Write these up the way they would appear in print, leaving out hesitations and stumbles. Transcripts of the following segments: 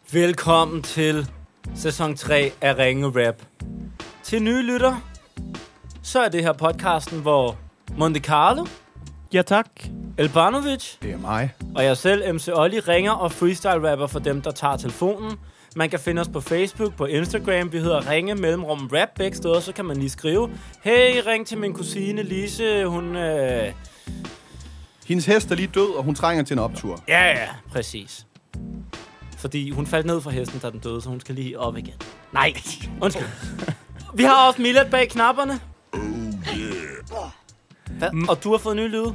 Velkommen til sæson 3 af Ringe Rap. Til nye lytter, så er det her podcasten, hvor Monte Carlo, ja tak, Elbanovic, det er mig, og jeg selv, MC Olli, ringer og freestyle-rapper for dem, der tager telefonen. Man kan finde os på Facebook, på Instagram. Vi hedder Ringe Mellemrum Rap begge steder. Så kan man lige skrive: hey, ring til min kusine Lise. Hendes hest er lige død, og hun trænger til en optur. Ja, præcis. Fordi hun faldt ned fra hesten, da den døde, så hun skal lige op igen. Nej, undskyld. Vi har også Milad bag knapperne. Oh yeah. Hvad? Og du har fået nye lyde?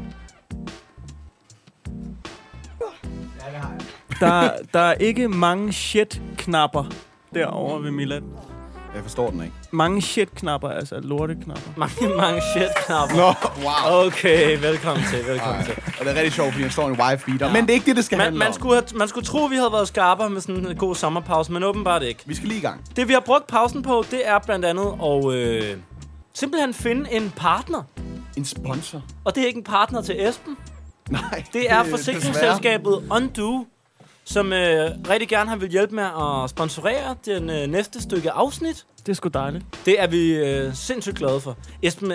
Ja, det har jeg. Der er ikke mange shit-knapper derovre ved Milad. Jeg forstår den ikke. Mange shit-knapper, altså lorteknapper. Mange shit-knapper. Nå, wow. Okay, velkommen til. Og det er rigtig sjovt, fordi han står i en wife-beater. Ja. Men det er ikke det skal handle om. Man skulle tro, vi havde været skarpere med sådan en god sommerpause, men åbenbart ikke. Vi skal lige i gang. Det, vi har brugt pausen på, det er blandt andet at simpelthen finde en partner. En sponsor. Og det er ikke en partner til Esben. Nej. Det er forsikringsselskabet Undo, som rigtig gerne har vil hjælpe med at sponsorere den næste stykke afsnit. Det er sgu dejligt. Det er vi sindssygt glade for. Esben,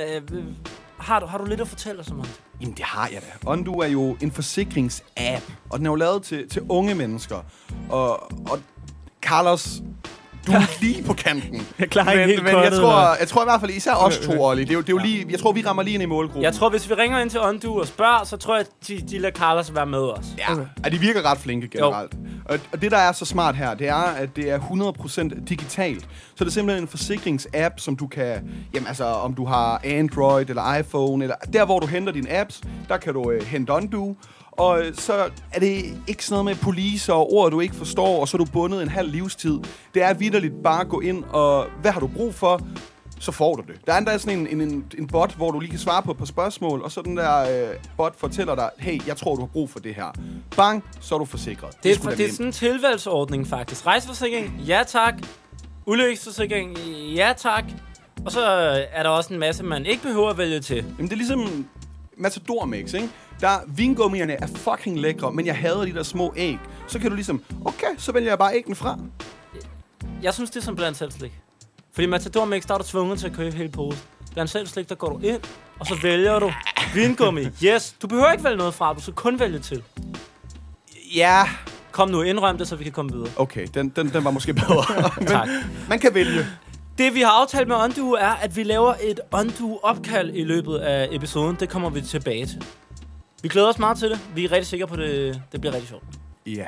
har du lidt at fortælle os om det? Jamen, det har jeg da. Undo er jo en forsikrings-app, og den er jo lavet til unge mennesker. Og Carlos, du er lige på kanten. Jeg klarer ikke helt men jeg tror i hvert fald især os to, Olli. Det er jo lige, jeg tror, vi rammer lige ind i målgruppen. Jeg tror, hvis vi ringer ind til Undo og spørger, så tror jeg, at de lader Carlos være med os. Ja, okay. De virker ret flinke generelt. Og det, der er så smart her, det er, at det er 100% digitalt. Så det er simpelthen en forsikrings-app, som du kan... Jamen altså, om du har Android eller iPhone, eller der, hvor du henter dine apps, der kan du hente Undo. Og så er det ikke sådan noget med police og ord, du ikke forstår, og så er du bundet en halv livstid. Det er vitterligt bare at gå ind, og hvad har du brug for, så får du det. Der er endda sådan en bot, hvor du lige kan svare på et par spørgsmål, og så den der bot fortæller dig, hey, jeg tror, du har brug for det her. Bang, så er du forsikret. Det er sådan en tilvalgsordning faktisk. Rejseforsikring, ja tak. Ulykkesforsikring, ja tak. Og så er der også en masse, man ikke behøver at vælge til. Jamen det er ligesom Matador Mix, ikke? Vingummierne er fucking lækre, men jeg hader de der små æg. Så kan du ligesom, okay, så vælger jeg bare æggene fra. Jeg synes, det er som blandt selv slik. Fordi Matador Mix, der er du tvunget til at købe hele posen. Blandt selv slik, der går du ind, og så vælger du vingummi. Yes, du behøver ikke vælge noget fra, du skal kun vælge til. Ja. Kom nu, indrøm det, så vi kan komme videre. Okay, den var måske bedre. Tak. Man kan vælge. Det, vi har aftalt med Undo, er, at vi laver et Undo-opkald i løbet af episoden. Det kommer vi tilbage til. Vi glæder os meget til det. Vi er rigtig sikre på, at det bliver rigtig sjovt. Ja.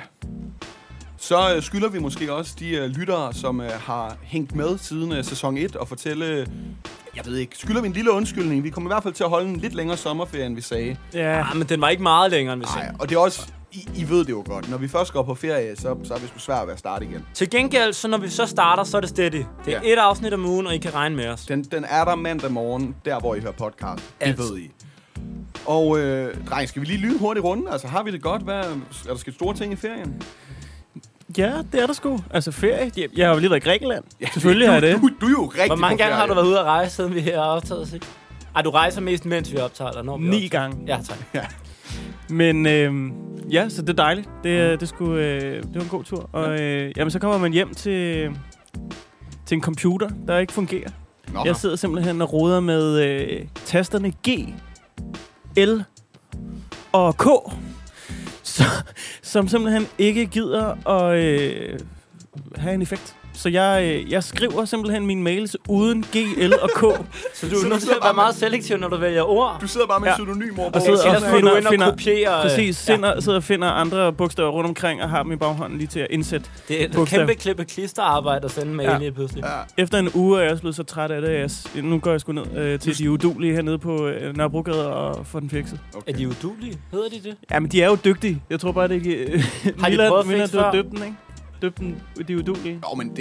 Så skylder vi måske også de lyttere, som har hængt med siden sæson 1 og fortælle... Jeg ved ikke, skylder vi en lille undskyldning. Vi kommer i hvert fald til at holde en lidt længere sommerferie, end vi sagde. Ja, men den var ikke meget længere, end vi sagde. Nej, og det er også... I ved det jo godt. Når vi først går på ferie, så er vi sgu svært ved at starte igen. Til gengæld, så når vi så starter, så er det steady. Det er et afsnit om ugen, og I kan regne med os. Den er der mandag morgen, der hvor I hører podcast. Det ved I. Og dreng, skal vi lige lyne hurtigt runde? Altså, har vi det godt? Er der sket store ting i ferien? Ja, det er der sgu. Altså ferie. Jeg har jo lige været i Grækenland. Ja, selvfølgelig har jeg det. Du er jo rigtig. Hvor mange gange har du været ude at rejse, siden vi har optaget os? Ej, du rejser mest, mens vi optager, eller når vi 9 gange. Ja, tak. Ja. Men ja, så det er dejligt. Det var en god tur. Og jamen, så kommer man hjem til en computer, der ikke fungerer. Nå. Jeg sidder simpelthen og roder med tasterne G, L og K, som simpelthen ikke gider at have en effekt. Så jeg skriver simpelthen mine mails uden G, L og K. Så du er bare meget selektiv, når du vælger ord. Du sidder bare med en pseudonym ord. Og sidder og finder andre bogstaver rundt omkring og har dem i baghånden lige til at indsætte. Det er et kæmpe klisterarbejde at sende mail i pludselig. Ja. Efter en uge er jeg blevet så træt af det. Nu går jeg sgu ned til de udulige hernede på Nørrebrogade og får den fikset. Okay. Er de udulige? Hedder de det? Ja, men de er jo dygtige. Jeg tror bare, det ikke... Har de prøvet at fikse før? Døbt den, ikke? Døbten, de er udulige. Jo, men det...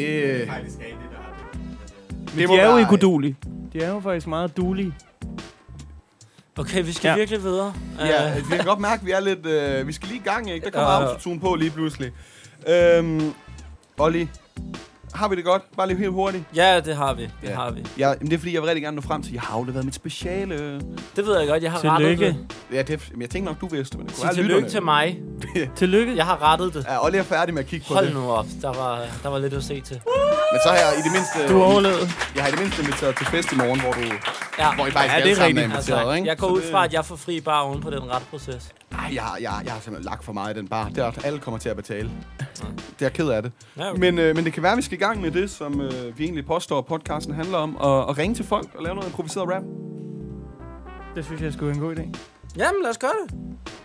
Men de er jo ikke udulige. De er jo faktisk meget dulige. Okay, vi skal virkelig videre. Ja, vi kan godt mærke, at vi er lidt... vi skal lige i gang, ikke? Der kommer autotune på lige pludselig. Olli, Har vi det godt? Bare lige helt hurtigt. Ja, det har vi. Det har vi. Ja, men det er fordi, jeg vil rigtig gerne nå frem til, jeg har jo været mit speciale. Det ved jeg godt, jeg har rettet det. Ja, men jeg tænkte nok, du vidste, men det kunne tillykke til mig. Tillykke. Jeg har rettet det. Ja, Olli er færdig med at kigge på det. Hold nu op, der var lidt at se til. Men så har jeg i det mindste... Du overlevede. Jeg har i det mindste inviteret til fest i morgen, hvor I faktisk det er sammen rigtigt. inviteret, ikke? Jeg går ud fra, at jeg får fri bare oven på den retsproces. Ej, jeg har simpelthen lagt for meget i den bar. Der alle kommer til at betale. Det er jeg ked af det. Ja, okay. Men det kan være, at vi skal i gang med det, som vi egentlig påstår, at podcasten handler om. At ringe til folk og lave noget improviseret rap. Det synes jeg skulle være en god idé. Jamen, lad os gøre det.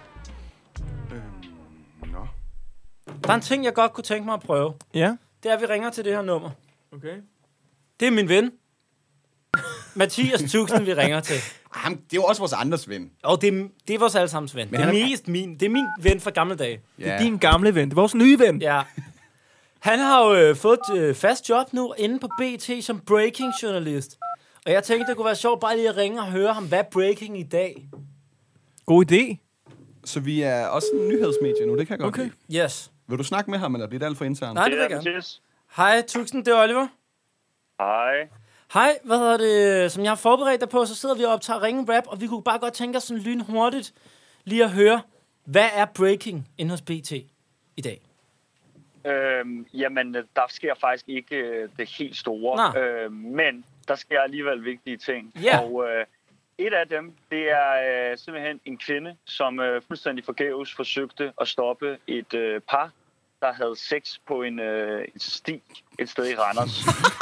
Nå. Der er en ting, jeg godt kunne tænke mig at prøve. Ja. Det er, at vi ringer til det her nummer. Okay. Det er min ven. Mathias Tuxen, vi ringer til. Jamen, det er jo også vores andres ven. Og det er vores allesammens ven. Det er min ven fra gamle dage. Det er din gamle ven. Det er vores nye ven. Ja. Han har jo fået et fast job nu inde på BT som breaking journalist. Og jeg tænkte, det kunne være sjovt bare lige at ringe og høre ham, hvad er breaking i dag? God idé. Så vi er også en nyhedsmedie nu, det kan jeg godt lide. Yes. Vil du snakke med ham, eller bliver det alt for internt? Nej, det vil jeg gerne. Hej, Tuxen, det er Oliver. Hej. Hej, hvad hedder det? Som jeg har forberedt dig på, så sidder vi og optager Ringen Rap, og vi kunne bare godt tænke os sådan lynhurtigt lige at høre, hvad er breaking inde hos BT i dag? Jamen, der sker faktisk ikke det helt store, men der sker alligevel vigtige ting. Yeah. Og et af dem, det er simpelthen en kvinde, som fuldstændig forgæves forsøgte at stoppe et par, der havde sex på en sti et sted i Randers.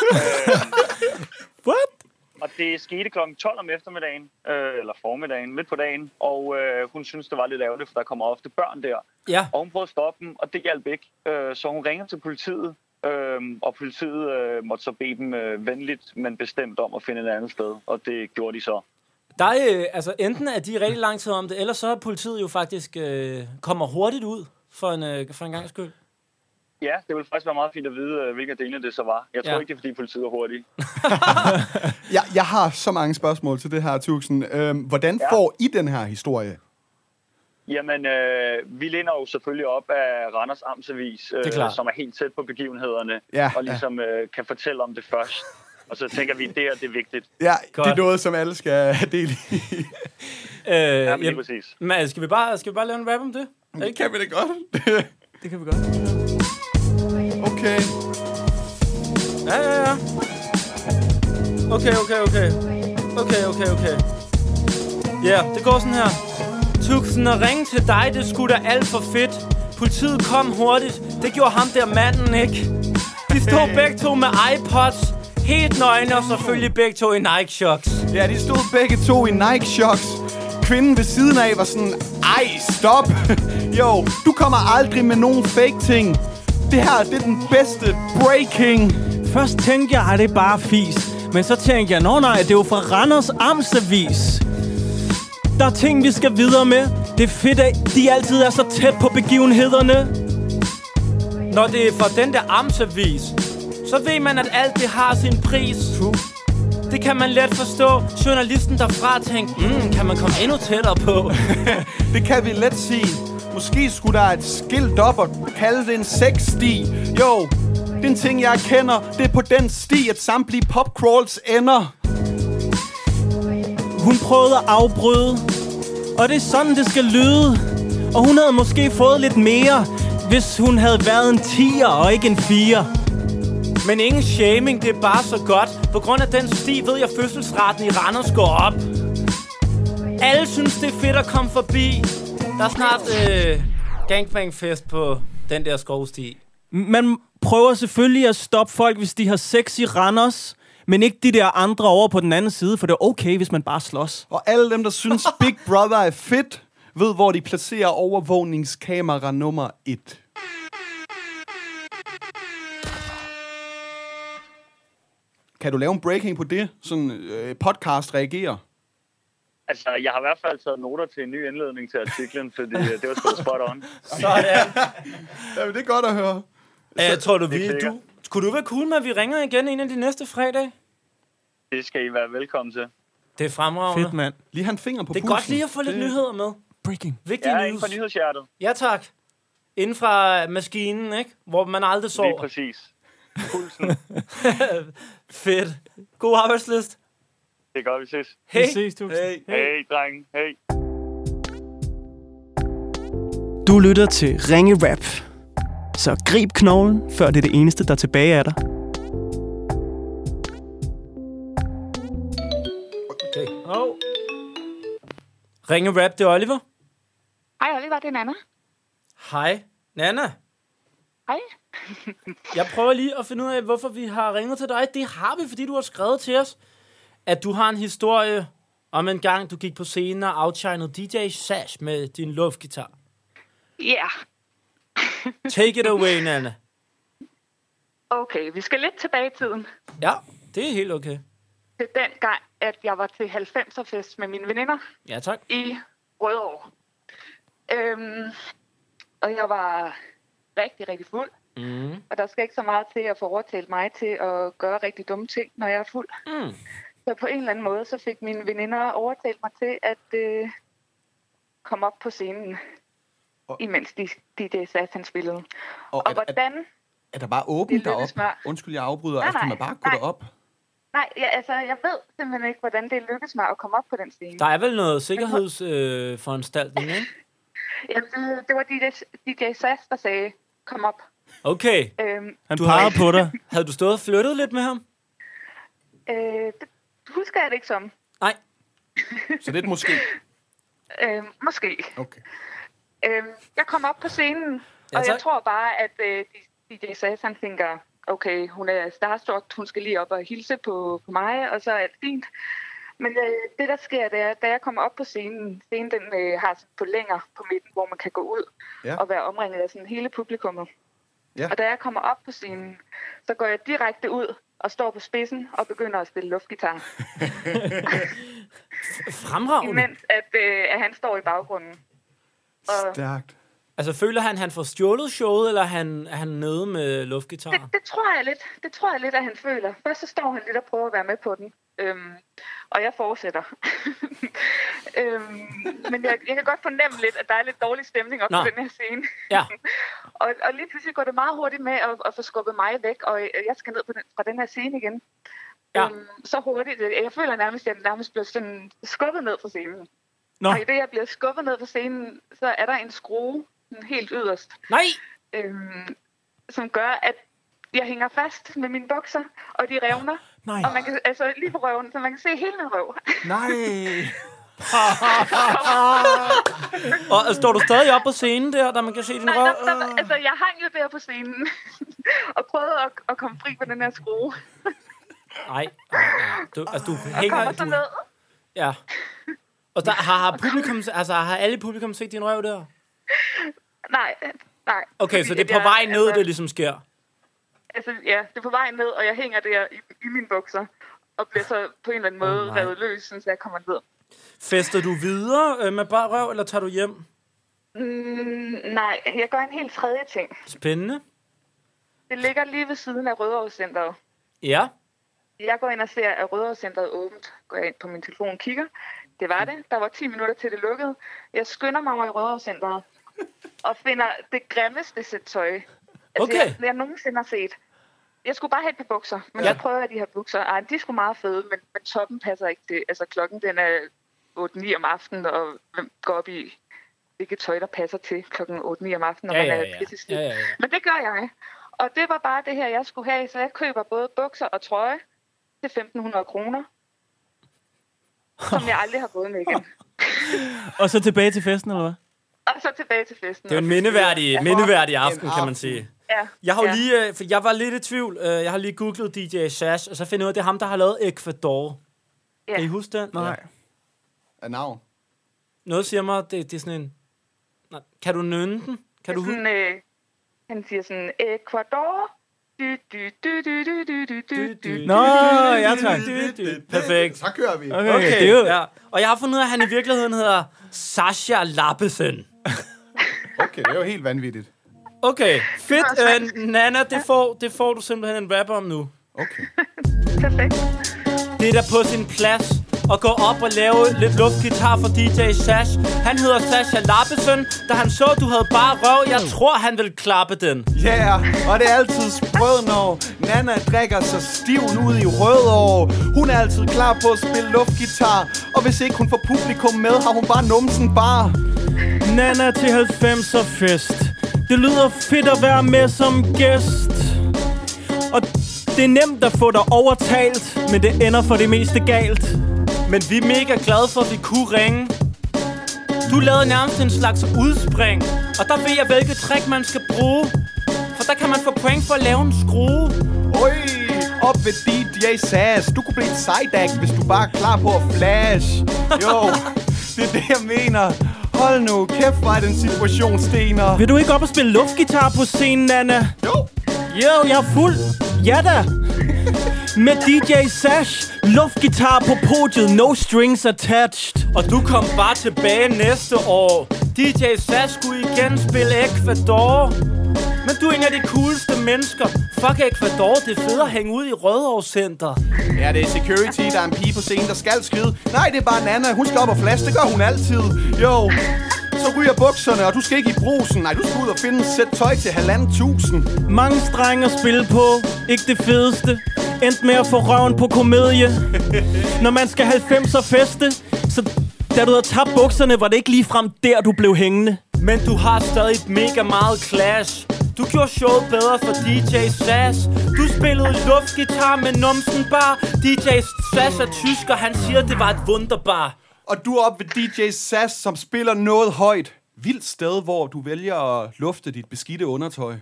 What? Og det skete kl. 12 om eftermiddagen, eller formiddagen, midt på dagen, og hun synes det var lidt ærgerligt, for der kommer ofte børn der. Ja. Og hun prøvede at stoppe dem, og det hjalp ikke. Så hun ringer til politiet, og politiet måtte så bede dem venligt, men bestemt om at finde et andet sted, og det gjorde de så. Der er, altså enten er de rigtig lang tid om det, eller så er politiet jo faktisk kommer hurtigt ud for en gang skyld. Ja, det ville faktisk være meget fint at vide, hvilke dele det så var. Jeg tror ikke, det er, fordi politiet er hurtige. Jeg har så mange spørgsmål til det her, Tuxen. Hvordan får I den her historie? Jamen, vi læner jo selvfølgelig op af Randers Amtsavis, som er helt tæt på begivenhederne, og ligesom kan fortælle om det først. Og så tænker vi, at det her det er vigtigt. Ja, godt. Det er noget, som alle skal dele i. Ja, lige præcis. Men skal vi bare lave en rap om det? Det kan vi det godt. Det kan vi godt. Okay. Ja. Okay. Ja, det går sådan her. Tuxen, at ringe til dig, det skulle da alt for fedt. Politiet kom hurtigt. Det gjorde ham der manden, ikke? De stod begge to med iPods. Helt nøgne, og selvfølgelig begge to i Nike-shocks. Ja, de stod begge to i Nike-shocks. Kvinden ved siden af var sådan, ej, stop. Jo, du kommer aldrig med nogen fake ting. Det her, det er den bedste breaking. Først tænkte jeg, at det er bare fis. Men så tænkte jeg, nej, det er jo fra Randers Amtsavis. Der er ting, vi skal videre med. Det er fedt, at de altid er så tæt på begivenhederne. Når det er fra den der Amtsavis, så ved man, at alt det har sin pris. True. Det kan man let forstå. Journalisten derfra tænkte, kan man komme endnu tættere på? Det kan vi let sige. Måske skulle der et skilt op og kalde det en sexsti. Jo, det er en ting, jeg kender. Det er på den sti, at samtlige popcrawls ender. Hun prøvede at afbryde, og det er sådan, det skal lyde. Og hun havde måske fået lidt mere, hvis hun havde været en 10'er og ikke en 4. Men ingen shaming, det er bare så godt. På grund af den sti ved jeg, fødselsraten i Randers går op. Alle synes, det er fedt at komme forbi. Der er snart gangbangfest på den der skovsti. Man prøver selvfølgelig at stoppe folk, hvis de har sex i Randers, men ikke de der andre over på den anden side, for det er okay, hvis man bare slås. Og alle dem, der synes Big Brother er fedt, ved, hvor de placerer overvågningskamera nummer 1. Kan du lave en breaking på det? Sådan podcast reagerer? Altså, jeg har i hvert fald taget noter til en ny indledning til artiklen, fordi det var sgu spot on. Sådan. Jamen, det er godt at høre. Tror du, kunne du være cool med, at vi ringer igen en af de næste fredag? Det skal I være velkommen til. Det er fremragende. Fedt, mand. Lige han finger på det er pulsen. godt lige at få lidt nyheder med. Breaking. Vigtige Ja, news. inden for nyhedshjertet. Ja, tak. Inden fra maskinen, ikke? Hvor man aldrig sover. Lige præcis. Pulsen. Fedt. God arbejdslyst. Det er godt, vi ses. Hey. Vi ses, Tuxen. Hey, drenge. Hey. Du lytter til Ringe Rap. Så grib knoglen, før det er det eneste, der er tilbage af dig. Okay. Ringe Rap, det er Oliver. Hej Oliver, det er Nana. Hej, Nana. Hej. Jeg prøver lige at finde ud af, hvorfor vi har ringet til dig. Det har vi, fordi du har skrevet til os, at du har en historie om en gang, du gik på scenen og outshinede DJ Sash med din luftgitar. Ja. Yeah. Take it away, Nana. Okay, vi skal lidt tilbage i tiden. Ja, det er helt okay. Det er den gang, at jeg var til 90'er-fest med mine veninder. Ja, tak. I Rødovre. Og jeg var rigtig, rigtig fuld. Mm. Og der skal ikke så meget til at få overtalt mig til at gøre rigtig dumme ting, når jeg er fuld. Mm. Så på en eller anden måde, så fik mine veninder overtalt mig til at komme op på scenen, imens DJ Satan spillede. Og hvordan... Er der bare åbent derop? Undskyld, jeg afbryder. Nej, kan man bare gå derop? Nej, jeg ved simpelthen ikke, hvordan det lykkedes mig at komme op på den scene. Der er vel noget sikkerhedsforanstaltning, ikke? Ja, det var DJ Sass, der sagde, kom op. Okay. Han pegede på dig. Havde du stået og flyttet lidt med ham? Det husker jeg det ikke som. Nej. Så det er et måske? Måske. Okay. Jeg kom op på scenen, ja, og jeg tror bare, at DJ Sass, han tænker, okay, hun er starstruck, hun skal lige op og hilse på mig, og så er det fint. Men det, der sker, det er, da jeg kommer op på scenen den har sådan forlænger på midten, hvor man kan gå ud og være omringet af sådan hele publikummet. Ja. Og da jeg kommer op på scenen, så går jeg direkte ud og står på spidsen og begynder at spille luftgitar. Fremragende. Imens at han står i baggrunden. Stærkt. Altså, føler han får stjålet showet, eller er han nede med luftgitar? Det tror jeg lidt. Det tror jeg lidt, at han føler. Først så står han lidt og prøver at være med på den. Og jeg fortsætter. Men jeg kan godt fornemme lidt, at der er lidt dårlig stemning op på den her scene. Ja. og lige pludselig går det meget hurtigt med at få skubbet mig væk, og jeg skal ned fra den her scene igen. Ja. Så hurtigt. Jeg føler nærmest, at jeg nærmest bliver sådan skubbet ned fra scenen. Nå. Og i det, jeg bliver skubbet ned fra scenen, så er der en skrue helt yderst. Nej! Som gør, at jeg hænger fast med mine bukser, og de revner. Nej. Og man kan, altså lige på røven, så man kan se hele min røv. Nej! Og står du stadig op på scenen der man kan se din røv? Altså, jeg hang jo der på scenen, og prøvede at komme fri på den her skrue. Nej. Du hænger... Og kommer så ned. Ja. Og der, har publikum, altså har alle publikum set din røv der? Nej. Okay, så det er på vej ned, det ligesom sker? Altså, ja, det er på vej ned, og jeg hænger der i mine bukser, og bliver så på en eller anden måde revet løs, så jeg kommer ned. Fester du videre med bare røv, eller tager du hjem? Nej, jeg gør en helt tredje ting. Spændende. Det ligger lige ved siden af Rødovre Centeret. Ja. Jeg går ind og ser, at Rødovre Centeret åbent. Går jeg ind på min telefon og kigger. Det var det. Der var 10 minutter til det lukkede. Jeg skynder mig over i Rødovre Centeret og finder det grimmeste sæt tøj, jeg nogensinde har set. Jeg skulle bare have et par bukser, men jeg prøver de her bukser. Ej, de er sgu meget fede, men toppen passer ikke til. Altså klokken den er 8-9 om aftenen, og hvem går op i hvilket tøj, der passer til klokken 8-9 om aftenen, når man er pissestiv. Ja. Men det gør jeg. Og det var bare det her, jeg skulle have. Så jeg køber både bukser og trøje til 1.500 kroner, som jeg aldrig har gået med igen. Og så tilbage til festen, eller hvad? Og så tilbage til festen. Det er en mindeværdig aften, kan man sige. Ja. Jeg har lige, for jeg var lidt i tvivl. Jeg har lige googlet DJ Sash, og så finder jeg ud af, at det er ham, der har lavet Ecuador. Ja. Kan I huske den? Nej. Af navn? Noget siger mig, det er sådan en... Nej. Kan du nynne den? Kan du sådan, han siger sådan, Ecuador. Nå, ja tak. Perfekt. Så kører vi. Okay. Ja. Og jeg har fundet ud af, at han i virkeligheden hedder Sasha Lappesen. Okay, det er jo helt vanvittigt. Okay, fedt. Nana, det får du simpelthen en rap om nu. Okay. Perfekt. Det er da på sin plads og gå op og lave lidt luftgitar for DJ Sash. Han hedder Sasha Lappesen. Da han så, du havde bare røv, jeg tror, han ville klappe den. Ja, yeah, og det er altid sprød, når Nana drikker sig stivn ud i Rødovre. Hun er altid klar på at spille luftgitar, og hvis ikke hun får publikum med, har hun bare numsen bare. Nana til 90'er fest. Det lyder fedt at være med som gæst. Og det er nemt at få dig overtalt, men det ender for det meste galt. Men vi er mega glade for, at vi kunne ringe. Du lavede nærmest en slags udspring, og der ved jeg, hvilket trick man skal bruge. For der kan man få point for at lave en skrue. Oj, op ved DJ Sass. Du kunne blive et side-act, hvis du bare er klar på at flash. Jo, det er det, jeg mener. Hold nu, kæft fra den situation, Stener. Vil du ikke op og spille luftgitar på scenen, Nana? Jo. Jo, jeg er fuld. Ja da. Med DJ Sash, luftgitar på podiet, no strings attached. Og du kom bare tilbage næste år. DJ Sash skulle igen spille Ecuador. Men du er en af de cooleste mennesker. Fuck Ecuador, det er fedt at hænge ud i Rødovre Center. Ja, det er security, der er en pige på scenen, der skal skride. Nej, det er bare Nana, hun skal op og flash, det gør hun altid. Jo, så ryger bukserne, og du skal ikke i brusen. Nej, du skal ud og finde et sæt tøj til 1.500. Mange strenge at spille på, ikke det fedeste. Endte med at få røven på komedie. Når man skal 90'er feste, så da du havde tabt bukserne, var det ikke ligefrem der, du blev hængende. Men du har stadig mega meget clash. Du gjorde showet bedre for DJ Sass. Du spillede luftgitar med numsen bar. DJ Sass er tysker, han siger, det var et wunderbar. Og du er oppe ved DJ Sass, som spiller noget højt. Vildt sted, hvor du vælger at lufte dit beskidte undertøj.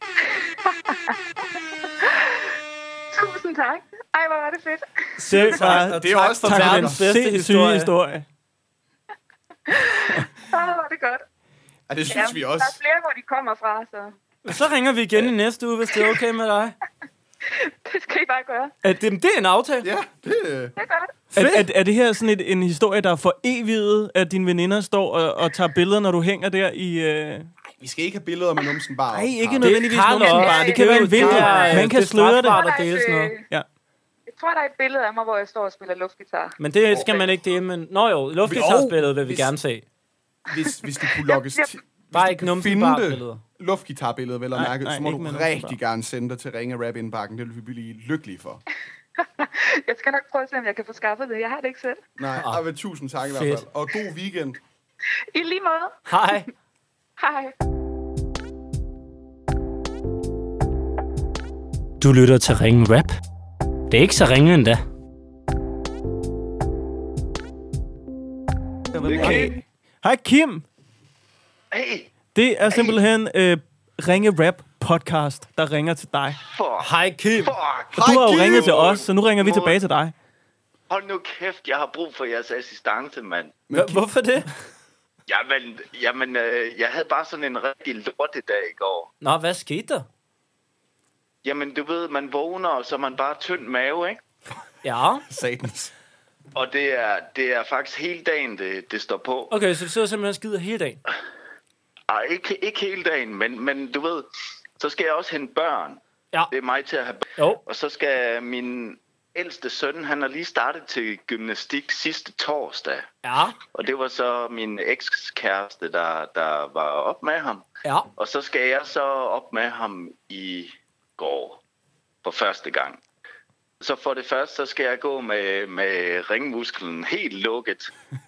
Tusind tak. Ej, hvor var det fedt. Det er også for verdens bedste historie. Var det godt. Ja, det synes vi også. Der er flere, hvor de kommer fra, så... Så ringer vi igen i næste uge, hvis det er okay med dig. Det skal I bare gøre. Det er en aftale. Ja, det er godt. Er det her sådan en historie, der er for evigt, at dine veninder står og tager billeder, når du hænger der i... Vi skal ikke have billeder med numsen bare. Nej, ikke nødvendigvis numsen bare. Det kan være en video. Man kan sløre det. Ja. Jeg tror, der er et billede af mig, hvor jeg står og spiller luftgitar. Men det skal man ikke det, men... Nå jo, luftgitarspillet vil vi gerne se. Hvis du kunne logges til... Bare ikke numsen-bar-billeder. Luftgitar-billeder, vel og mærke, så må du rigtig gerne sende dig til Ringe Rap indbakken. Det vil vi blive lykkelige for. Jeg skal nok prøve at se, om jeg kan få skaffet det. Jeg har det ikke selv. Nej, men tusind tak i hvert fald. Og god weekend. I lige måde. Hej. Hej. Du lytter til Ringe Rap. Det er ikke så ringe endda. Okay. Hej Kim. Hey. Det er simpelthen Ringe Rap podcast, der ringer til dig. Hej Kim. Og du har jo ringet til os, så nu ringer vi tilbage til dig. Hold nu kæft, jeg har brug for jeres assistance, mand. Hvorfor det? Jamen, jeg havde bare sådan en rigtig lortedag i går. Nå, hvad skete der? Jamen, du ved, man vågner, og så er man bare tynd mave, ikke? Ja. Satans. Og det er faktisk hele dagen, det står på. Okay, så du sidder simpelthen og skider hele dagen? Ej, ikke hele dagen, men du ved, så skal jeg også hente børn. Ja. Det er mig til at have børn. Jo. Og så skal min ældste søn, han har lige startet til gymnastik sidste torsdag. Ja. Og det var så min ekskæreste, der var op med ham. Ja. Og så skal jeg så op med ham i går for første gang. Så for det første, så skal jeg gå med ringmusklen helt lukket.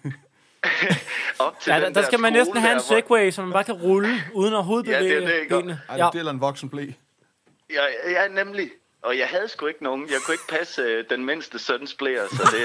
Op til der skal man næsten have en segway, så man bare kan rulle, uden at hovedbevæge benene. Ja, det er en voksen blæ. Ja, nemlig. Og jeg havde sgu ikke nogen. Jeg kunne ikke passe den mindste søns blæer, så det...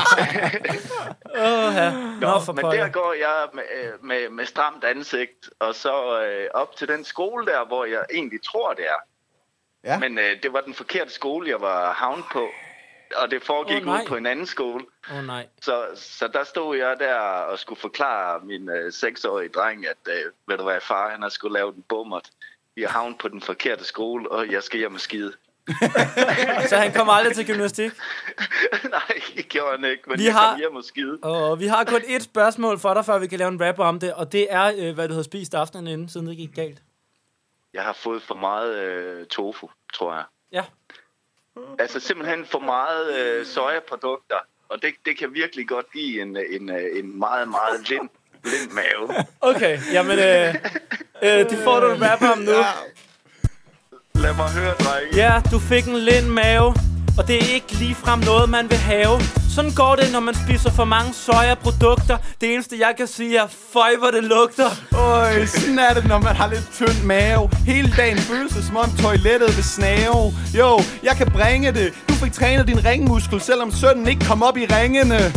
Men der går jeg med stramt ansigt, og så op til den skole der, hvor jeg egentlig tror, det er. Ja. Men det var den forkerte skole, jeg var havnet på. Og det foregik ud på en anden skole. Nej. Så der stod jeg der og skulle forklare min 6-årige dreng, at ved du hvad, far, han har skulle lave den bummert. Vi har havnet på den forkerte skole, og jeg skal hjem og skide. Så han kom aldrig til gymnastik? Nej, det gjorde han ikke, men jeg kom hjem og skide. Og vi har kun et spørgsmål for dig, før vi kan lave en rap om det, og det er, hvad du havde spist aftenen inden, siden det gik galt. Jeg har fået for meget tofu, tror jeg. Ja. Altså simpelthen for meget sojaprodukter og det kan virkelig godt give en meget, meget lind mave. Okay, jamen, det får du en rap om nu. Ja. Lad mig høre, drenge. Ja, du fik en lind mave, og det er ikke ligefrem noget, man vil have. Sådan går det, når man spiser for mange sojaprodukter. Det eneste, jeg kan sige, er, føj, hvor det lugter. Øj, sådan er det, når man har lidt tynd mave. Hele dagen føles det, som om toilettet vil snave. Jo, jeg kan bringe det. Du fik trænet din ringmuskel, selvom sønnen ikke kom op i ringene.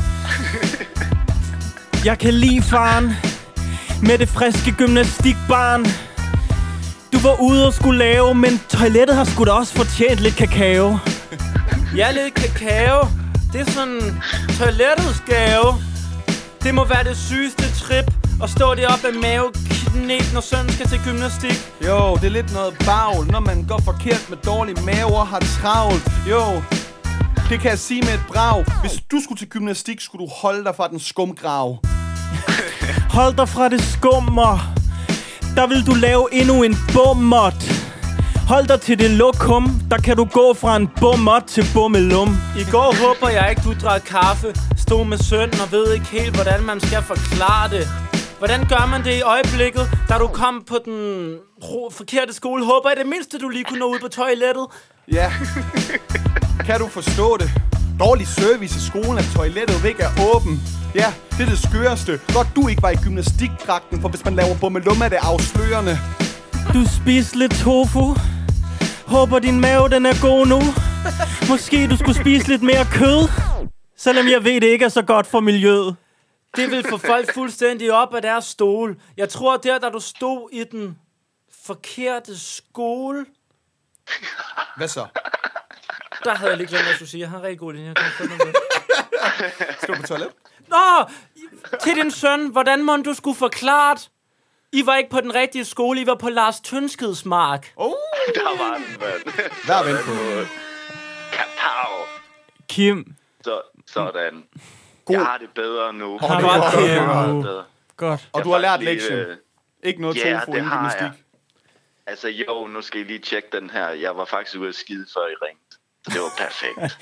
Jeg kan lide faren med det friske gymnastikbarn. Du var ude og skulle lave, men toilettet har sgu da også fortjent lidt kakao. Ja, lidt kakao. Det er sådan toilettets gave. Det må være det sygeste trip at stå deroppe med maveknæb, når sønnen skal til gymnastik. Jo, det er lidt noget bagl, når man går forkert med dårlig mave og har travlt. Jo, det kan jeg sige med et brag. Hvis du skulle til gymnastik, skulle du holde dig fra den skumgrav. Hold dig fra det skummer. Der vil du lave endnu en bummert. Hold dig til det lokum. Der kan du gå fra en bummert til bummelum. I går håber jeg ikke, du drak kaffe. Stod med sønnen og ved ikke helt, hvordan man skal forklare det. Hvordan gør man det i øjeblikket, da du kom på den forkerte skole? Håber jeg det mindste, du lige kunne nå ud på toilettet. Ja, kan du forstå det? Dårlig service i skolen, at toilettet ikke er åben. Ja, det er det skøreste. Godt du ikke var i gymnastikdragten, for hvis man laver bummelum, er det afslørende. Du spiser lidt tofu. Håber din mave, den er god nu. Måske du skulle spise lidt mere kød. Selvom jeg ved, det ikke er så godt for miljøet. Det vil få folk fuldstændig op af deres stol. Jeg tror, da du stod i den forkerte skole... Hvad så? Der havde jeg lige glemt, hvad du siger. Jeg har en rigtig god linje. Stod på toilet? Nå, til din søn, hvordan må du skulle forklare det? I var ikke på den rigtige skole, I var på Lars Tønskeds mark. Der var den, mand. Hvad er vel på? Kapow. Kim. Sådan. God. Jeg har det bedre nu. Har du godt, det? Kim. Godt. Og du har lært lektien. Ikke noget Ja, tofu det inden har gymnastik. jeg. Altså jo, nu skal I lige tjekke den her. Jeg var faktisk ude at skide før I ringte. Det var perfekt.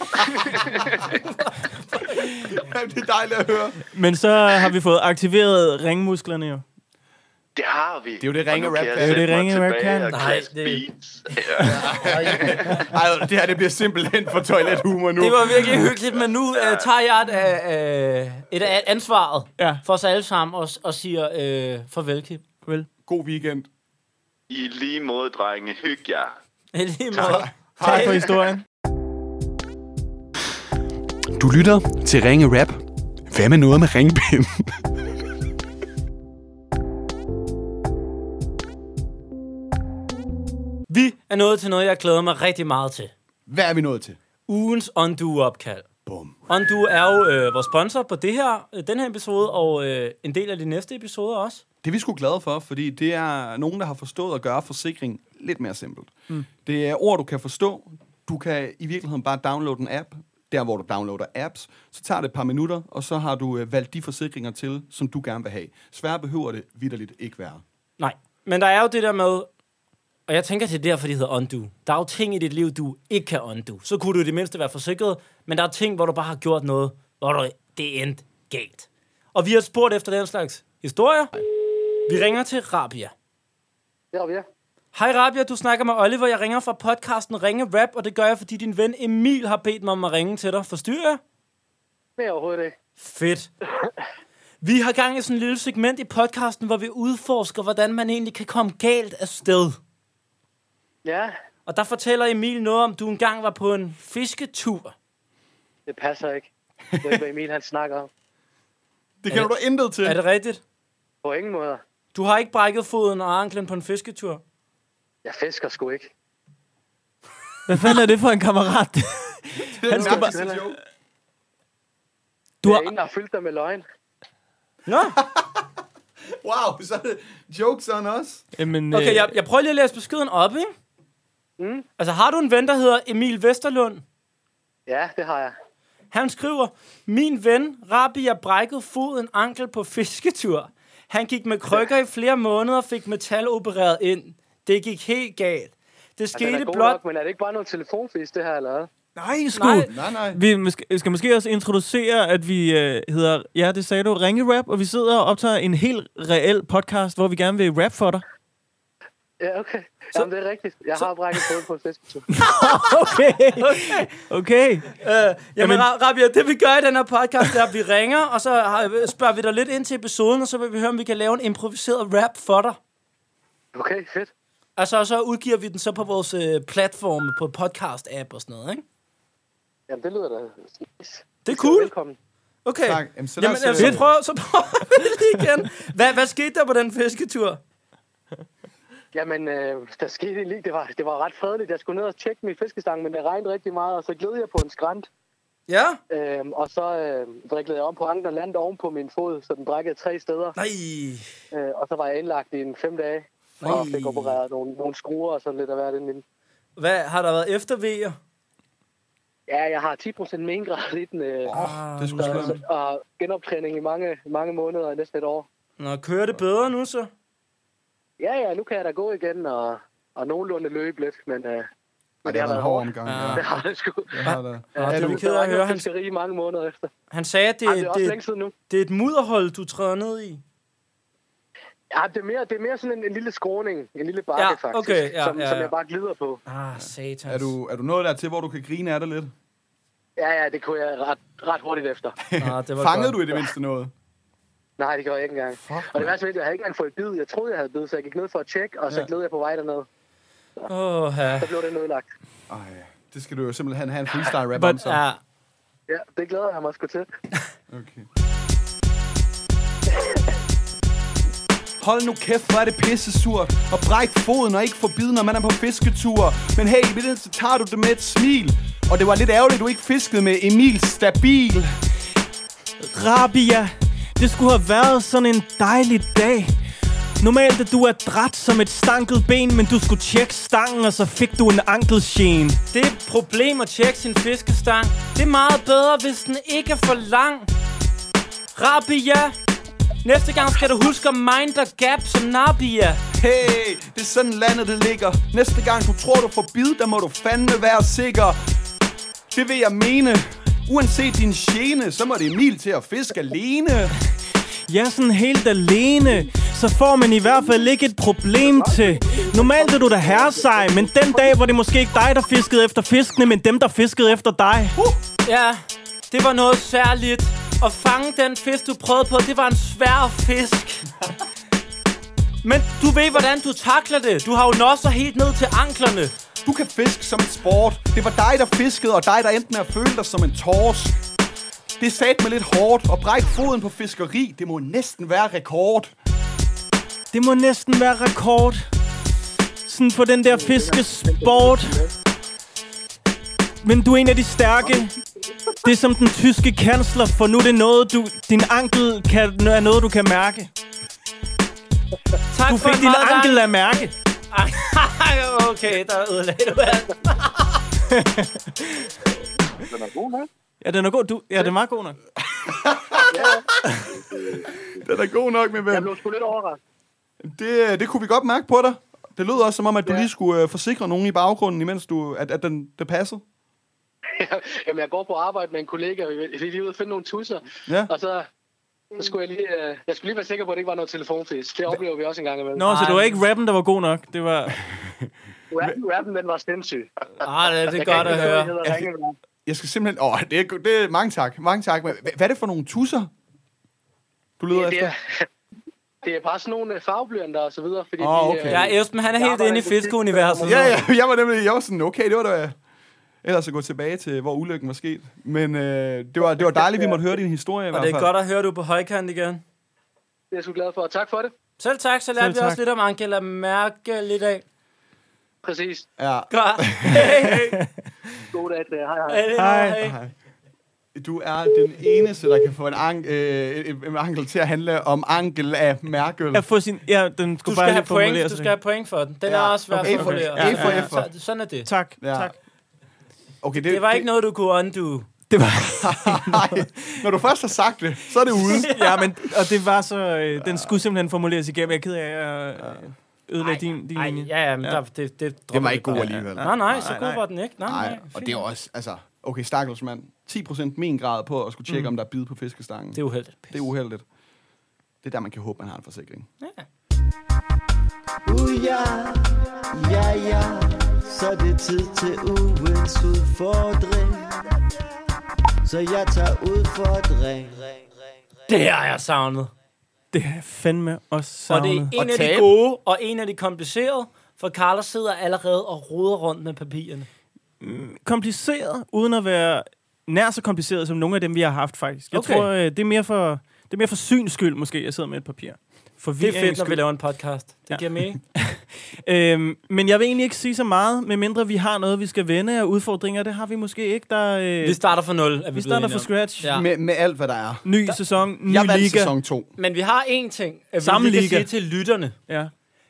Det er dejligt at høre. Men så har vi fået aktiveret ringmusklerne jo. Det har vi. Det er jo det, Ringe Rap kan. Det er jo det, Ringe Rap kan. Nej, Ej, det her det bliver simpelthen for toilethumor nu. Det var virkelig hyggeligt, men nu tager jeg et ansvaret for os alle sammen og siger farvel, Kim. Farvel. God weekend. I lige måde, drenge. Hyg jer. I lige måde. Tak for historien. Du lytter til Ringe Rap. Hvad med noget med ringpind? Vi er nået til noget, jeg glæder mig rigtig meget til. Hvad er vi nået til? Ugens Undo-opkald. Bum. Undo er jo vores sponsor på den her episode, og en del af de næste episoder også. Det er vi sgu glade for, fordi det er nogen, der har forstået at gøre forsikring lidt mere simpelt. Det er ord, du kan forstå. Du kan i virkeligheden bare downloade en app. Der, hvor du downloader apps, så tager det et par minutter, og så har du valgt de forsikringer til, som du gerne vil have. Sværere behøver det vitterligt ikke være. Nej, men der er jo det der med, og jeg tænker, det er derfor, det hedder undo. Der er jo ting i dit liv, du ikke kan undo. Så kunne du i det mindste være forsikret, men der er ting, hvor du bare har gjort noget, hvor det endte galt. Og vi har spurgt efter den slags historier. Vi ringer til Rabia. Det er Rabia. Hej Rabia, du snakker med Oliver. Jeg ringer fra podcasten Ringe Rap, og det gør jeg, fordi din ven Emil har bedt mig om at ringe til dig. Forstyrrer jeg? Det er overhovedet ikke. Fedt. Vi har gang i sådan en lille segment i podcasten, hvor vi udforsker, hvordan man egentlig kan komme galt af sted. Ja, Og der fortæller Emil noget om, du engang var på en fisketur. det passer ikke. Det er ikke, hvad Emil han snakker om. Det kan du intet til. Er det rigtigt? På ingen måde. Du har ikke brækket foden og anklen på en fisketur? Jeg fisker sgu ikke. Hvad fanden er det for en kammerat? Han skal bare... Du Du har... har... ingen, der har fyldt dig med løgn. Nå, Wow, så er det jokes on us. Jamen, okay, jeg prøver lige at læse beskeden op, ikke? Mm. Altså, har du en ven, der hedder Emil Vesterlund? Ja, det har jeg. Han skriver, min ven Rabia brækkede foden ankel på fisketur. Han gik med krykker i flere måneder og fik metal opereret ind. Det gik helt galt. Det Den skete er god blot... nok, men er det ikke bare noget telefonfis, det her, eller hvad? Nej, sgu. Nej. Vi skal måske også introducere, at vi hedder, ja, det sagde du, Ringe Rap, og vi sidder og optager en helt reel podcast, hvor vi gerne vil rap for dig. Ja, okay. Jamen, det er rigtigt. Jeg har brækket både på en fisketur. Okay. Jamen, Rabia, det vi gør i den her podcast, er, at vi ringer, og så spørger vi dig lidt ind til episoden, og så vil vi høre, om vi kan lave en improviseret rap for dig. Okay, fedt. Altså, og så udgiver vi den så på vores platforme, på podcast-app og sådan noget, ikke? Jamen, det lyder da... Det er cool. Velkommen. Okay. Tak. Jamen, så prøver vi det lige igen. Hvad skete der på den fisketur? Jamen, der skete lige... Det var ret fredeligt. Jeg skulle ned og tjekke min fiskestang, men det regnede rigtig meget, og så gled jeg på en skrant. Ja? Og så driklede jeg om på anklen og landede oven på min fod, så den brækkede 3 steder. Nej. Og så var jeg indlagt i 5 dage. Og fik opereret nogle skruer og sådan lidt af hvert inden. Hvad, har der været eftervejer? Ja, jeg har 10% mengræd i den. Det skulle sgu og genoptræning i mange måneder, næsten et år. Nå, kører det bedre nu så? Ja, nu kan jeg da gå igen og nogenlunde løbe lidt, men det har været en hård omgang. Ja. Det har det sgu. Det er vi ked af at høre. Han skal rige mange måneder efter. Han sagde, at det er et mudderhold, du træder ned i. Ja, det er mere sådan en lille skråning, en lille bakke faktisk, okay, som jeg bare glider på. Satans. Er du nået dertil, hvor du kan grine af det lidt? Ja, det kunne jeg ret hurtigt efter. Det var Fangede godt. du i det mindste noget? Nej, det gjorde jeg ikke engang. Og det værste ved, jeg havde ikke engang fået bid. Jeg troede, jeg havde bid, så jeg gik ned for at tjekke, og så gled jeg på vej derned. Så blev det nedlagt. Ej, det skal du jo simpelthen have en freestyle rap om så. Ja. Ja, det glæder jeg mig sgu til. Okay. Hold nu kæft, hvor er det pissesurt. Og bræk foden og ikke få bid, når man er på fisketur. Men hey, i det så tager du det med et smil. Og det var lidt ærgerligt, du ikke fiskede med Emil Stabil. Rabia, det skulle have været sådan en dejlig dag. Normalt er du adræt som et stanket ben, men du skulle tjekke stangen, og så fik du en ankelgene. Det er et problem at tjekke sin fiskestang. Det er meget bedre, hvis den ikke er for lang. Rabia, næste gang skal du huske at mind the gap som Nabia. Hey, det er sådan landet det ligger. Næste gang du tror du får bid, der må du fandme være sikker. Det vil jeg mene. Uanset din gene, så må det Emil til at fiske alene. Ja, sådan helt alene, så får man i hvert fald ikke et problem til. Normalt er du da herresej, men den dag var det måske ikke dig, der fiskede efter fiskene, men dem, der fiskede efter dig. Ja, det var noget særligt. At fange den fisk, du prøvede på, det var en svær fisk. Men du ved, hvordan du takler det. Du har jo nosser helt ned til anklerne. Du kan fiske som et sport. Det var dig, der fiskede, og dig, der endte med at føle dig som en torsk. Det er satme lidt hårdt. Og brække foden på fiskeri, det må næsten være rekord. Det må næsten være rekord. Sådan på den der fiskesport. Men du er en af de stærke. Det er som den tyske kansler, for nu er det noget, din ankel er noget, du kan mærke. Tak du fik din ankel at mærke. Okay, der ødelagde du alt. Den er god nok. Ja, den er god. Ja, den er meget god nok. Den er god nok, min ven. Jeg blev sgu lidt overrasket. Det kunne vi godt mærke på dig. Det lød også som om, at du lige skulle forsikre nogen i baggrunden, imens det passede. Jamen, jeg går på arbejde med en kollega, og vi er lige ude at finde nogle tusser. Ja. Og så skulle jeg skulle lige være sikker på, at det ikke var noget telefonfisk. Det oplever vi også en gang imellem. Nå, så det var ikke rappen, der var god nok. Det var... Rappen, den var sindssyg. Det er godt at høre. Jeg skal simpelthen... det er mange tak. Mange tak. Men hvad er det for nogle tusser, du leder efter? Det er bare sådan nogle farveblyanter og så videre, fordi okay. Ja, Esben, han er helt inde i fiskeuniverset. Ja, jeg var sådan, okay, det var da... Ellers at gå tilbage til, hvor ulykken var sket. Men det var dejligt, vi måtte høre din historie i hvert fald. Og det er godt at høre, du på højkant igen. Det er jeg så glad for, og tak for det. Selv tak, så lærte vi også lidt om Angela Merkel i dag. Præcis. Ja. Godt. Hey. God dag til jer. Hej. Du er den eneste, der kan få en ankel til at handle om Angela Merkel. At få sin... Ja, den skulle bare have point. Du skal have point for den. Den er også svært at formulere. A for F. Sådan er det. Tak. Okay, det var ikke noget, du kunne undo. Det var... Nej, når du først har sagt det, så er det ude. Ja, men og det var så... den skulle simpelthen formuleres igennem. Jeg er ked af ødelagde din linje. Ja, men det var ikke god alligevel. Nej, så god var den ikke. Nej, og det er også, altså, okay, stakkels mand. 10% min grad på at skulle tjekke, om der er bid på fiskestangen. Det er uheldigt. Det er uheldigt. Det er der, man kan håbe, man har en forsikring. Ja. Ja, så er det tid til ugens udfordring. Så jeg tager udfordring. Det har jeg savnet. Det har jeg fandme også savnet. Og det er en af de gode, og en af de komplicerede, for Carlos sidder allerede og roder rundt med papirerne. Kompliceret, uden at være nær så kompliceret som nogle af dem, vi har haft, faktisk. Jeg tror, det er mere for syns skyld, måske, jeg sidder med et papir. Det er fedt, når vi laver en podcast. Det giver mening. Men jeg vil egentlig ikke sige så meget, medmindre vi har noget, vi skal vende af udfordringer. Det har vi måske ikke. Vi starter fra 0. Vi starter fra scratch. Ja. Med alt, hvad der er. Ny sæson, ny jeg liga. sæson 2. Men vi har én ting, at Samme vi kan liga. sige til lytterne. Ja.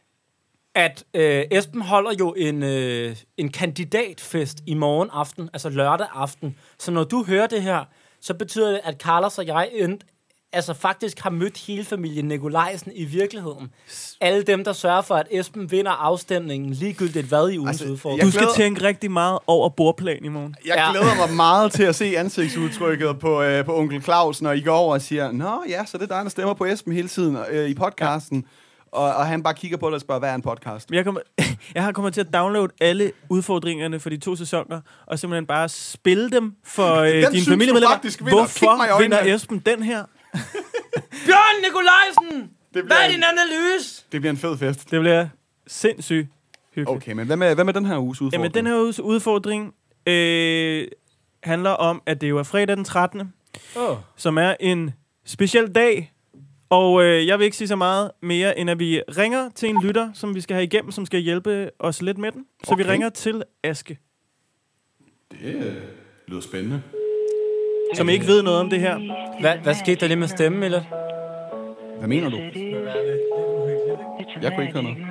At Esben holder jo en kandidatfest i morgen aften, altså lørdag aften. Så når du hører det her, så betyder det, at Carlos og jeg faktisk har mødt hele familien Nikolajsen i virkeligheden. Alle dem, der sørger for, at Esben vinder afstemningen, ligegyldigt hvad i ugens udfordring. Du skal tænke rigtig meget over bordplan i morgen. Jeg glæder mig meget til at se ansigtsudtrykket på onkel Claus, når I går over og siger, nå ja, så det er dig, der stemmer på Esben hele tiden i podcasten. Og han bare kigger på det og spørger, hvad er en podcast? Jeg har kommet til at downloade alle udfordringerne for de 2 sæsoner, og simpelthen bare spille dem for dine familiemedlemmer. Hvorfor vinder Esben den her? Bjørn Nikolajsen! Hvad er din analyse? Det bliver en fed fest. Det bliver sindssygt hyggeligt. Okay, men hvad med den her uges udfordring? Jamen, den her uges udfordring handler om, at det jo er fredag den 13., som er en speciel dag. Og jeg vil ikke sige så meget mere, end at vi ringer til en lytter, som vi skal have igennem, som skal hjælpe os lidt med den. Så vi ringer til Aske. Det lyder spændende. Som ikke ved noget om det her. Hvad skete der lige med stemmen, Millard? Hvad mener du? Jeg kunne ikke høre noget.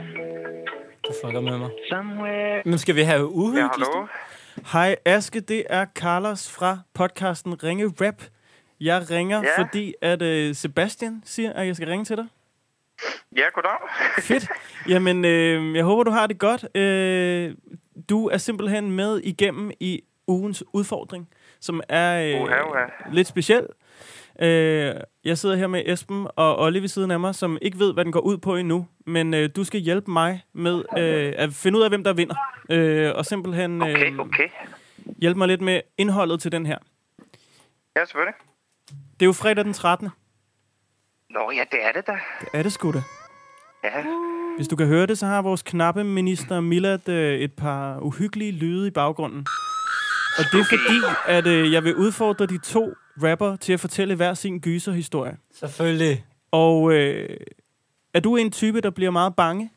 Du fucker med mig. Men skal vi have uhyggeligt? Hej Aske, det er Carlos fra podcasten Ringe Rap. Jeg ringer, fordi at Sebastian siger, at jeg skal ringe til dig. Ja, goddag. Fedt. Jamen, jeg håber, du har det godt. Du er simpelthen med igennem i ugens udfordring, som er lidt speciel. Jeg sidder her med Esben og Olli ved siden af mig, som ikke ved, hvad den går ud på endnu. Men du skal hjælpe mig med at finde ud af, hvem der vinder. Og simpelthen hjælpe mig lidt med indholdet til den her. Ja, selvfølgelig. Det er jo fredag den 13. Nå, ja, det er det da. Det er det sgu da. Ja. Hvis du kan høre det, så har vores knappe minister Millard et par uhyggelige lyde i baggrunden. Og det er fordi, at jeg vil udfordre de 2 rapper til at fortælle hver sin gyserhistorie. Selvfølgelig. Og er du en type, der bliver meget bange?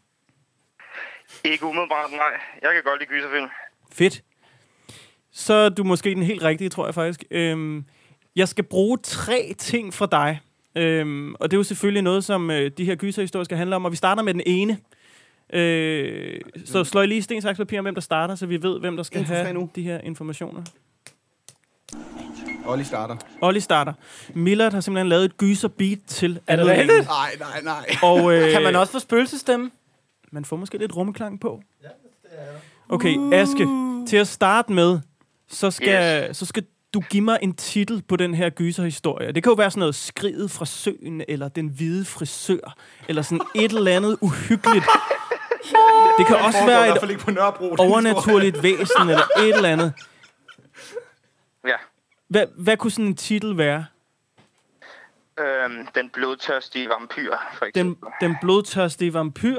Ikke umiddelbart, nej. Jeg kan godt lide gyserfilm. Fedt. Så er du måske den helt rigtige, tror jeg faktisk. Jeg skal bruge 3 ting fra dig. Og det er jo selvfølgelig noget, som de her gyserhistorier skal handle om. Og vi starter med den ene. Så slår jeg lige sten, saks, papir om, hvem der starter, så vi ved, hvem der skal have de her informationer. Olli starter. Millard har simpelthen lavet et gyser-beat til. Er det rigtigt? Nej. Og, kan man også få spøgelsesstemme? Man får måske lidt rummeklang på. Ja, det er. Okay, Aske, til at starte med, så skal du give mig en titel på den her gyserhistorie. Det kan jo være sådan noget Skriget fra søen, eller Den hvide frisør, eller sådan et eller andet uhyggeligt. Det kan også være et overnaturligt væsen, eller et eller andet. Ja. Hvad kunne sådan en titel være? Den blodtørstige vampyr, for eksempel. Den blodtørstige vampyr.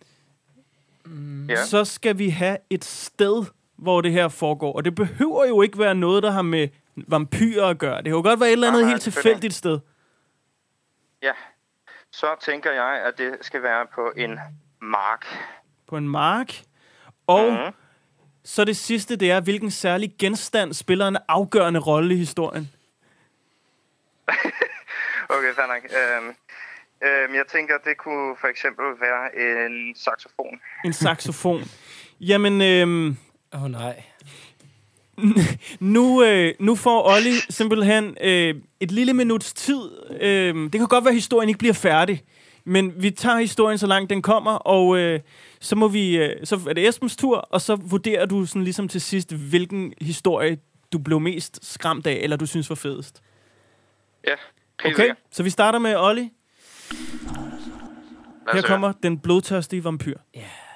Ja. Så skal vi have et sted, hvor det her foregår. Og det behøver jo ikke være noget, der har med vampyrer at gøre. Det kan jo godt være et eller andet helt tilfældigt sted. Ja. Så tænker jeg, at det skal være på en mark. På en mark. Og så det sidste, det er, hvilken særlig genstand spiller en afgørende rolle i historien. Okay, fair nok. Jeg tænker, det kunne for eksempel være en saxofon. En saxofon. Jamen, nej. Nu får Olli simpelthen et lille minuts tid. Det kan godt være, at historien ikke bliver færdig. Men vi tager historien så langt den kommer, og så må vi... så er det Esbens tur, og så vurderer du sådan ligesom til sidst, hvilken historie du blev mest skræmt af, eller du synes var fedest. Ja, helt okay, sikkert. så vi starter med Olli. Her kommer den blodtørstige vampyr. Ja.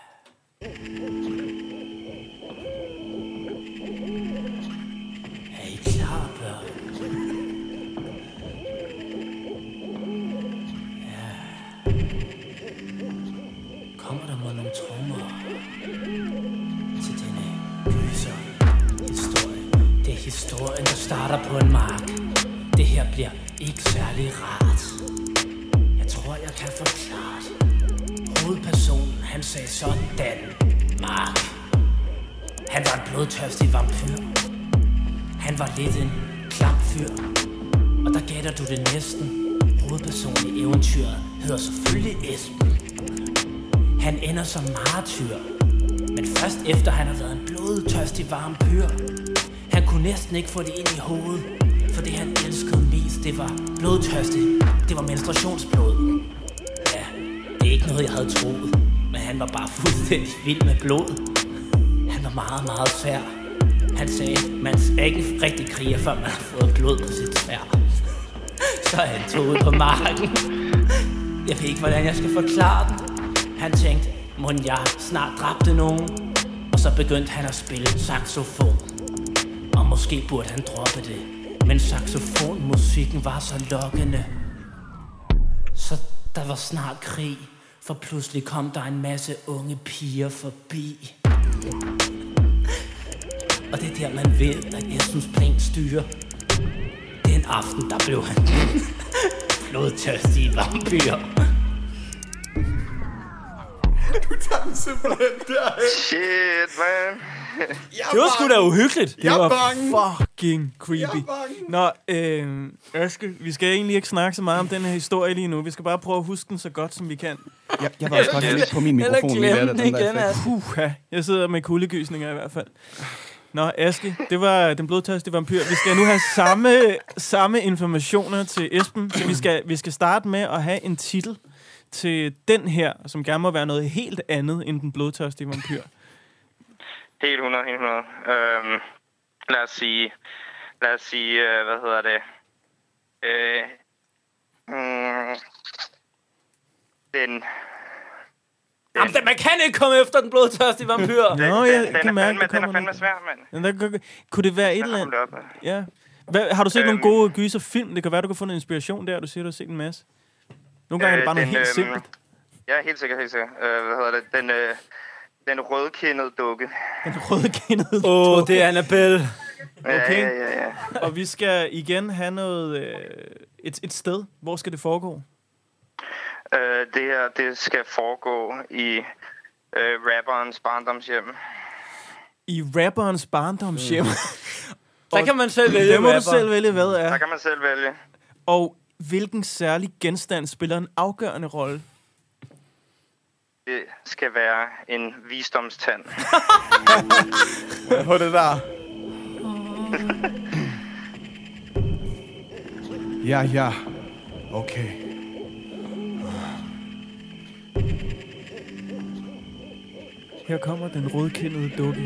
Er I klar, børn? Ja. Kommer der nogle trommer til denne gyser-historie? Det er historien, der starter på en mark. Det her bliver ikke særlig rart. Jeg tror, jeg kan forklare det. Hovedpersonen, han sagde sådan, Mark. Han var en blodtørstig vampyr. Han var lidt en klam fyr. Og der gætter du det næsten. Hovedpersonen i eventyret hedder selvfølgelig Esben. Han ender som martyr. Men først efter han har været en blodtørstig vampyr. Han kunne næsten ikke få det ind i hovedet. For det han elskede mest, det var blodtørstigt. Det var menstruationsblod. Ja, det er ikke noget jeg havde troet. Men han var bare fuldstændig vild med blod. Han var meget, meget svær. Han sagde, man skal ikke rigtig krige, før man har fået blod på sit sværd. Så han tog ud på marken. Jeg ved ikke, hvordan jeg skal forklare den. Han tænkte, mon jeg snart dræbte nogen. Og så begyndte han at spille saxofon. Og måske burde han droppe det. Men saxofonmusikken var så lokkende. Så der var snart krig. For pludselig kom der en masse unge piger forbi. Og det er der man ved, at Esbens plan styrer. Den aften der blev han blodtørstig vampyr. Du tager den simpelthen der. Shit, man. Det var sgu da uhyggeligt. Det var fucking creepy. Nå, Aske, vi skal egentlig ikke snakke så meget om den her historie lige nu. Vi skal bare prøve at huske den så godt, som vi kan. Jeg var også godt lidt på min mikrofon. Eller glemme den igen, altså. Jeg sidder med kuldegysninger i hvert fald. Nå, Aske, det var den blodtørstige vampyr. Vi skal nu have samme informationer til Esben. Så vi skal starte med at have en titel til den her, som gerne må være noget helt andet end den blodtørstige vampyr. Helt 100. Lad os sige, hvad hedder det? Jamen, man kan ikke komme efter den blodtørstige vampyr. Nå, jeg kan mærke, den er fandme svær, mand. Kunne det være et eller andet? Ja. Har du set nogle gode gyserfilm? Det kan være, du kan få en inspiration der. Du siger, du har set en masse. Nogle gange er det bare noget helt simpelt. Ja, helt sikkert. Hvad hedder det? Den rødkindede dukke. Den rødkindede dukke. Det er Annabelle. Okay. Ja. Og vi skal igen have noget... Et sted. Hvor skal det foregå? Det her, det skal foregå i rapperens barndomshjem. I rapperens barndomshjem? Der kan man selv vælge. Der må du selv vælge, hvad er. Der kan man selv vælge. Og hvilken særlig genstand spiller en afgørende rolle? Det skal være en visdomstand. På det der. Ja. Okay. Her kommer den rødkindede dukke.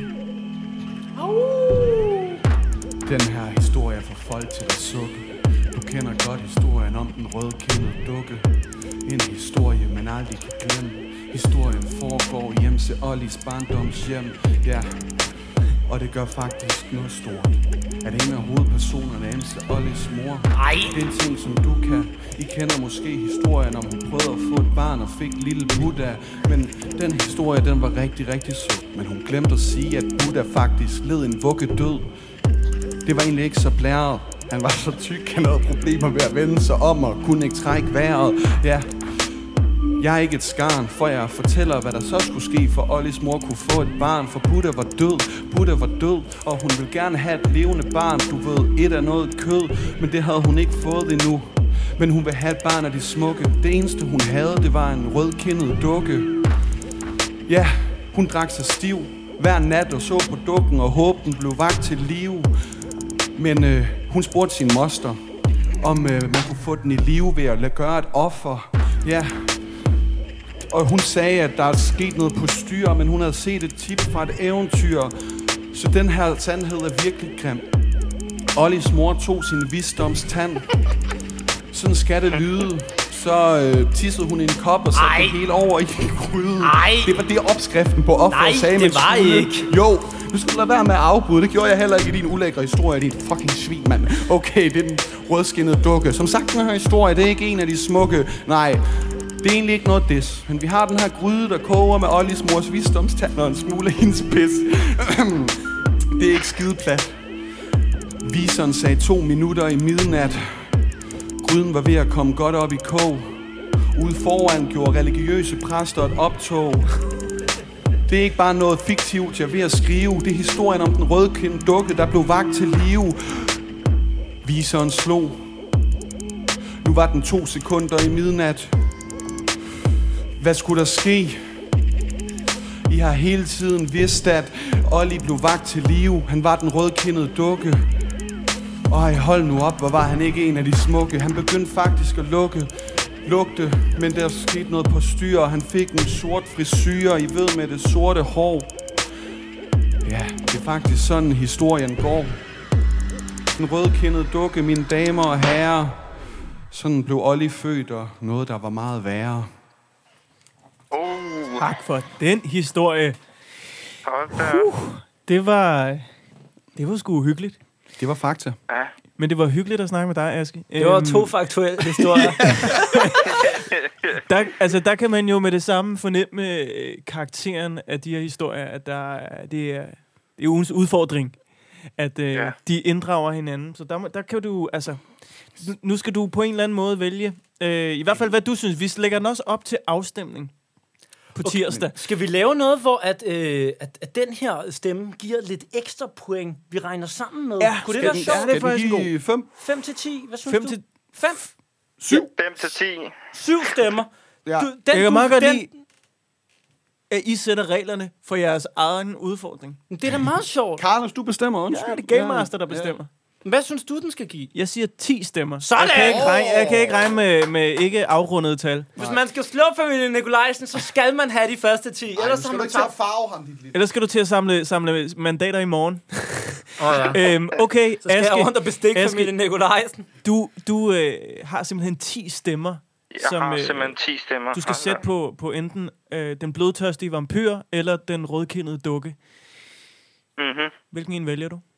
Den her historie er for folk til at sukke. Du kender godt historien om den rødkindede dukke. En historie, man aldrig kan glemme. Historien foregår hjemme til Ollis barndomshjem. Ja, og det gør faktisk noget stort. At en af hovedpersonerne er MC Ollis mor. Ej. Det er en ting, som du kan. I kender måske historien om, hun prøvede at få et barn og fik lille Buddha. Men den historie, den var rigtig, rigtig sød. Men hun glemte at sige, at Buddha faktisk led en vuggedød. Det var egentlig ikke så blæret. Han var så tyk, han havde problemer med at vende sig om og kunne ikke trække vejret. Ja, jeg er ikke et skarn, for jeg fortæller, hvad der så skulle ske, for Ollis mor kunne få et barn, for Buddha var død. Buddha var død, og hun ville gerne have et levende barn, du ved, et af noget kød, men det havde hun ikke fået endnu. Men hun ville have et barn af de smukke. Det eneste hun havde, det var en rødkindet dukke. Ja, hun drak sig stiv hver nat og så på dukken og håbte, den blev vagt til live. Men hun spurgte sin moster, om man kunne få den i live ved at gøre et offer. Ja, Og hun sagde, at der er sket noget på styr, men hun havde set et tip fra et eventyr. Så den her sandhed er virkelig grim. Ollies mor tog sin visdomstand. Sådan skal det lyde. Så tissede hun i en kop og satte det hele over i en gryde. Det var det opskriften på offeret sagde. Nej, det var ikke. Jo, nu skal du lade være med at afbryde. Det gjorde jeg heller ikke i din ulækre historie. Det er et fucking svin, mand. Okay, det er den rødskinnede dukke. Som sagt, den her historie, det er ikke en af de smukke. Nej, det er egentlig ikke noget des. Men vi har den her gryde, der koger med Ollies mors visdomstand og en smule af hendes pis. Det er ikke skide plat. Viseren sagde 2 minutter i midnat. Gryden var ved at komme godt op i kog. Ude foran gjorde religiøse præster et optog. Det er ikke bare noget fiktivt, jeg er ved at skrive. Det er historien om den rødkindede dukke, der blev vakt til live. Viseren slog. Nu var den 2 sekunder i midnat. Hvad skulle der ske? I har hele tiden vidst, at Ollie blev vagt til live. Han var den rødkindede dukke. Ej, hold nu op, hvor var han ikke en af de smukke. Han begyndte faktisk at lugte, men der skete noget på styr, og han fik en sort frisyre, I ved, med det sorte hår. Ja, det er faktisk sådan historien går. Den rødkindede dukke, mine damer og herrer. Sådan blev Ollie født, og noget, der var meget værre. Tak for den historie. Det var sgu uhyggeligt. Det var fakta. Ja. Men det var hyggeligt at snakke med dig, Aske. Det var 2 faktuelle historier. Der kan man jo med det samme fornemme karakteren af de her historier, at det er ugens udfordring, at de inddrager hinanden. Så der kan du, altså, nu skal du på en eller anden måde vælge, i hvert fald hvad du synes. Vi lægger den også op til afstemning på tirsdag. Skal vi lave noget, hvor at den her stemme giver lidt ekstra point, vi regner sammen med? Ja, kunne det være sjovt? Det er faktisk god. 5? 5 til 10? Hvad synes du? 5? 7? 5 til 10. 7 stemmer. Ja. Jeg kan meget godt lide, at I sætter reglerne for jeres egen udfordring. Det er da meget sjovt. Carlos, du bestemmer, undskyld. Ja, det er Game Master, der bestemmer. Hvad synes du, den skal give? Jeg siger 10 stemmer. Sådan! Jeg kan ikke regne med ikke afrundede tal. Hvis man skal slå familien Nikolajsen, så skal man have de første 10. Ej, ellers skal du ikke tage farve ham, dit lille. Ellers skal du til at samle mandater i morgen. Okay, så skal Aske, jeg rundt og bestikke familien Nikolajsen. Du har simpelthen 10 stemmer. Jeg har simpelthen 10 stemmer. Du skal sætte på enten den blodtørstige vampyr eller den rødkindede dukke. Mm-hmm. Hvilken en vælger du?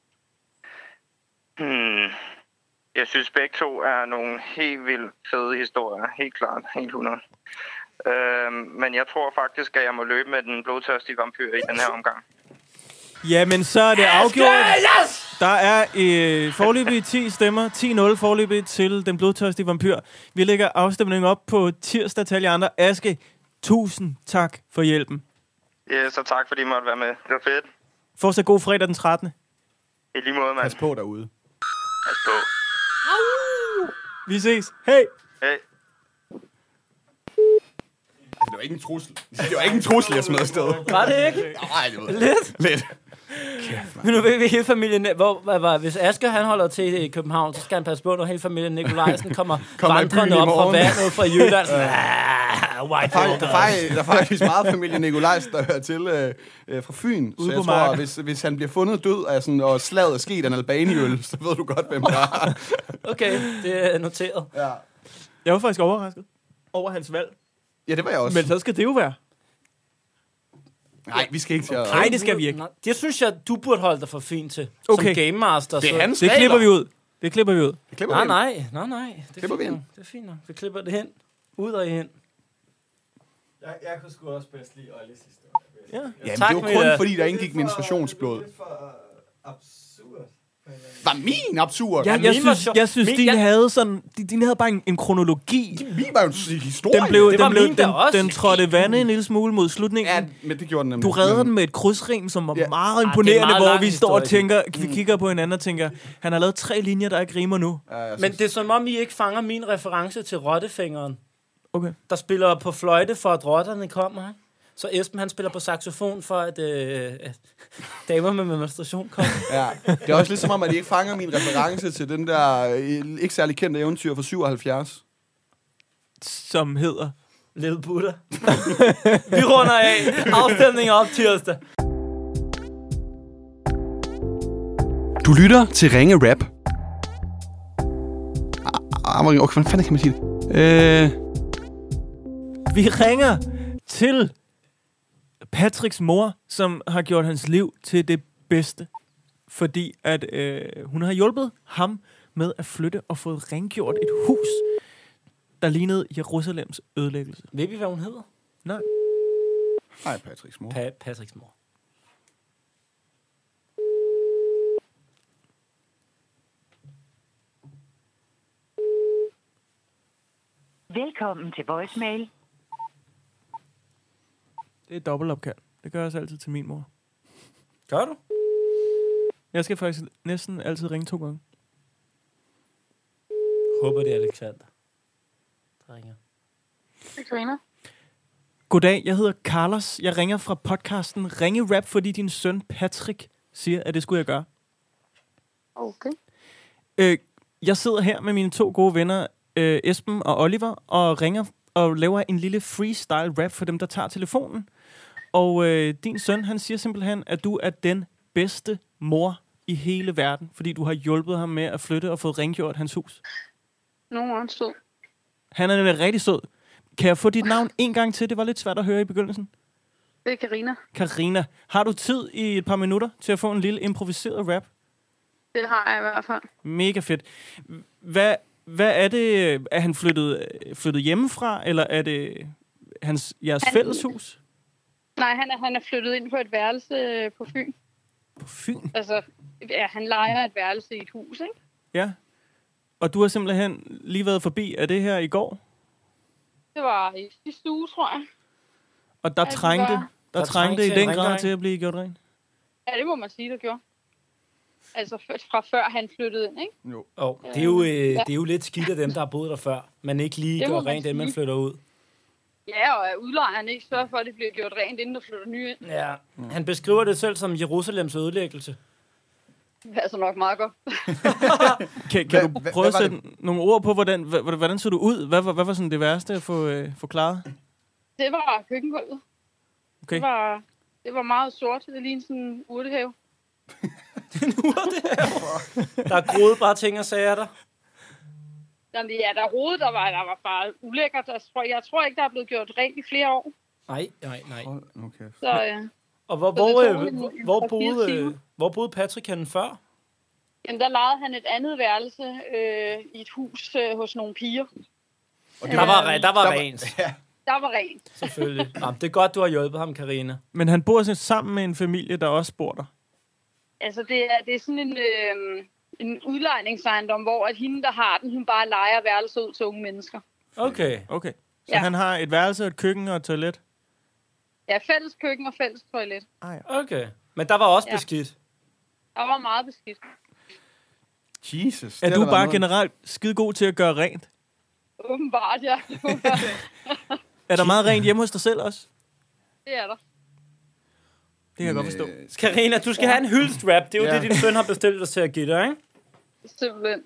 Jeg synes begge to er nogle helt vildt fede historier. Helt klart. Helt 100. Men jeg tror faktisk, at jeg må løbe med den blodtørstige vampyr i den her omgang. Jamen, så er det afgjort. Yes! Der er foreløbig 10 stemmer. 10-0 foreløbig til den blodtørstige vampyr. Vi lægger afstemningen op på tirsdag til alle andre. Aske, tusind tak for hjælpen. Ja, så tak fordi I måtte være med. Det var fedt. Fortsat god fredag den 13. I lige måde, mand. Pas på derude. Pas på. Vi ses. Hej. Hej. Det var ikke en trussel. Det var ikke en trussel, jeg smed afsted. Var det ikke? Nej, det var lidt. Men nu ved vi hele familien, hvis Asger han holder til i København, så skal han passe på, når hele familien Nikolajsen kommer vandrende op fra vandet fra Jylland. Der er faktisk meget familie Nikolajsen, der hører til fra Fyn. Så jeg tror, hvis han bliver fundet død af sådan, og slaget er sket af en albaniøl, så ved du godt, hvem der er. Okay, det er noteret. Ja. Jeg var faktisk overrasket over hans valg. Ja, det var jeg også. Men så skal det jo være. Nej, vi skal ikke til at... Nej, det skal vi ikke. Det synes jeg, du burde holde dig for fint til. Okay. Som Game Master. Det er hans det klipper vi ud. Det klipper vi ud. Nej. Det er fint nok. Vi klipper det hen. Ud og hen. Jeg kunne sgu også bedst lide Ollies historie. Ja. Jamen, tak, det var kun fordi, der indgik menstruationsblod. Det for absurd. Var min absurd? Jeg synes, din havde sådan... Din havde bare en kronologi. Min var jo en historie. Den trådte vandet en lille smule mod slutningen. Ja, men det gjorde den nemlig. Du redder den med et krydsrim, som var meget imponerende, meget hvor vi står og tænker... Vi kigger på hinanden og tænker, han har lavet 3 linjer, der ikke rimer nu. Ja, men det er som om, I ikke fanger min reference til rottefingeren. Okay. Der spiller på fløjte for, at rotterne kommer, ikke? Så Esben, han spiller på saxofon for, at damer med menstruation kommer. Ja, det er også lidt som om, at de ikke fanger min reference til den der ikke særlig kendte eventyr fra 77. Som hedder? Lille Buddha. Vi runder af. Afstemning op tirsdag. Du lytter til Ringe Rap. Okay, hvordan fanden kan man sige det? Vi ringer til Patricks mor, som har gjort hans liv til det bedste. Fordi at hun har hjulpet ham med at flytte og fået rengjort et hus, der lignede Jerusalems ødelæggelse. Ved vi, hvad hun hedder? Nej. Hej, Patricks mor. Patricks mor. Velkommen til voicemail. Det er et dobbeltopkald. Det gør jeg også altid til min mor. Gør du? Jeg skal faktisk næsten altid ringe 2 gange. Håber det er Alexander, der ringer. Karina. Goddag, jeg hedder Carlos. Jeg ringer fra podcasten Ringe Rap, fordi din søn Patrick siger, at det skulle jeg gøre. Okay. Jeg sidder her med mine 2 gode venner, Esben og Oliver, og ringer og laver en lille freestyle rap for dem, der tager telefonen. Og din søn, han siger simpelthen, at du er den bedste mor i hele verden, fordi du har hjulpet ham med at flytte og fået rengjort hans hus. Nogen sød. Han er nemlig rigtig sød. Kan jeg få dit navn en gang til? Det var lidt svært at høre i begyndelsen. Det er Karina. Karina. Har du tid i et par minutter til at få en lille improviseret rap? Det har jeg i hvert fald. Mega fedt. Hvad er det? Er han flyttet hjemmefra, eller er det jeres fælleshus? Nej, han er flyttet ind på et værelse på Fyn. På Fyn? Altså, ja, han lejer et værelse i et hus, ikke? Ja. Og du har simpelthen lige været forbi. Er det her i går? Det var i sidste uge, tror jeg. Og der trængte i den grad til at blive gjort rent? Ja, det må man sige, der gjorde. Altså fra før han flyttede ind, ikke? Jo. Det er jo lidt skidt af dem, der har boet der før. Man ikke lige gør rent, inden man flytter ud. Ja, og udlejeren ikke sørger for, at det bliver gjort rent, inden der flytter nye ind. Ja, han beskriver det selv som Jerusalems ødelæggelse. Det er altså nok meget godt. Kan du prøve at sætte nogle ord på, hvordan så du ud? Hvad var sådan det værste at få klaret? Det var køkkengulvet. Okay. Det var meget sort. Det lignede sådan en urtehave. En urtehave? Der er groet bare ting og sager der. Jamen, ja, der roede, der var bare ulækkert. Jeg tror ikke, der er blevet gjort rent i flere år. Nej. Okay. Så, og hvor boede Patrick henne før? Jamen, der lejede han et andet værelse i et hus hos nogle piger. Og der var rent. Ja. Der var rent. Selvfølgelig. Jamen, det er godt, du har hjulpet ham, Karina. Men han bor sådan sammen med en familie, der også bor der? Altså, det er sådan en udlejningsejendom, hvor at hende, der har den, hun bare lejer værelser ud til unge mennesker. Okay. Så han har et værelse, et køkken og et toilet? Ja, fælles køkken og fælles toilet. Ja. Okay. Men der var også beskidt? Der var meget beskidt. Jesus. Er du bare generelt skide god til at gøre rent? Åbenbart, ja. Er der meget rent hjemme hos dig selv også? Det er der. Det kan jeg godt forstå. Karina, du skal have en hyldstrap. Det er jo det, din søn har bestilt dig til at give dig, ikke? Simpelthen.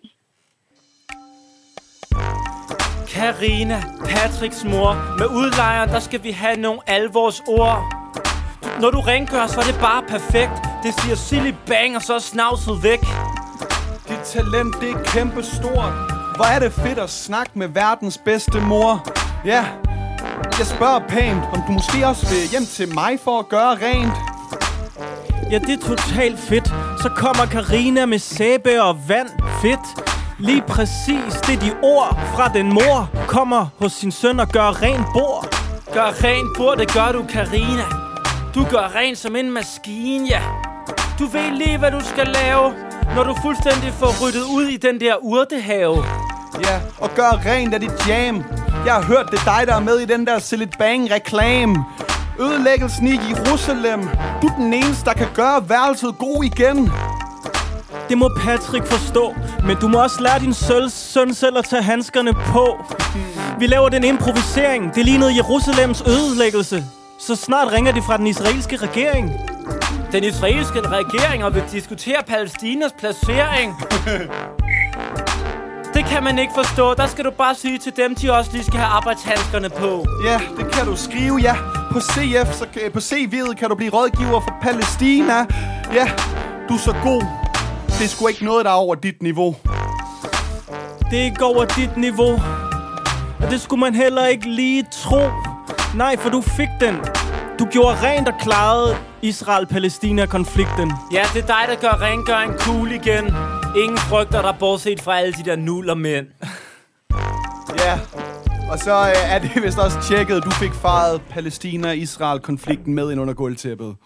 Karina, Patricks mor. Med udlejeren, der skal vi have nogle alvorsord. Når du rengør, så er det bare perfekt. Det siger silly bang, og så er snavset væk. Dit talent, det er kæmpestort. Hvor er det fedt at snakke med verdens bedste mor. Ja, jeg spørger pænt, om du måske også vil hjem til mig for at gøre rent. Ja, det er totalt fedt. Så kommer Karina med sæbe og vand. Fedt. Lige præcis, det er de ord fra den mor. Kommer hos sin søn og gør rent bord. Gør rent bord, det gør du, Karina. Du gør rent som en maskine, ja. Du ved lige, hvad du skal lave, når du fuldstændig får ryddet ud i den der urtehave. Ja, og gør rent af dit jam. Jeg har hørt, det er dig, der er med i den der Silly Bang-reklame. Ødelæggelsen i Jerusalem. Du er den eneste, der kan gøre værelset god igen. Det må Patrick forstå, men du må også lære din søn selv at tage handskerne på. Vi laver den improvisering. Det lignede Jerusalems ødelæggelse. Så snart ringer de fra den israelske regering. Den israelske regering vil diskutere Palæstinas placering. det kan man ikke forstå. Der skal du bare sige til dem, de også lige skal have arbejdshandskerne på. Ja, det kan du skrive, ja. På CF, så på CV'et kan du blive rådgiver for Palæstina. Ja, du er så god. Det er sgu ikke noget, der er over dit niveau. Det er ikke over dit niveau. Og det skulle man heller ikke lige tro. Nej, for du fik den. Du gjorde rent og klarede Israel-Palæstina-konflikten. Ja, det er dig, der gør rengøring cool igen. Ingen frygter dig, bortset fra alle de der nullermænd. Ja, og så er det vist også tjekket, du fik faret Palæstina-Israel-konflikten med ind under gulvtæppet.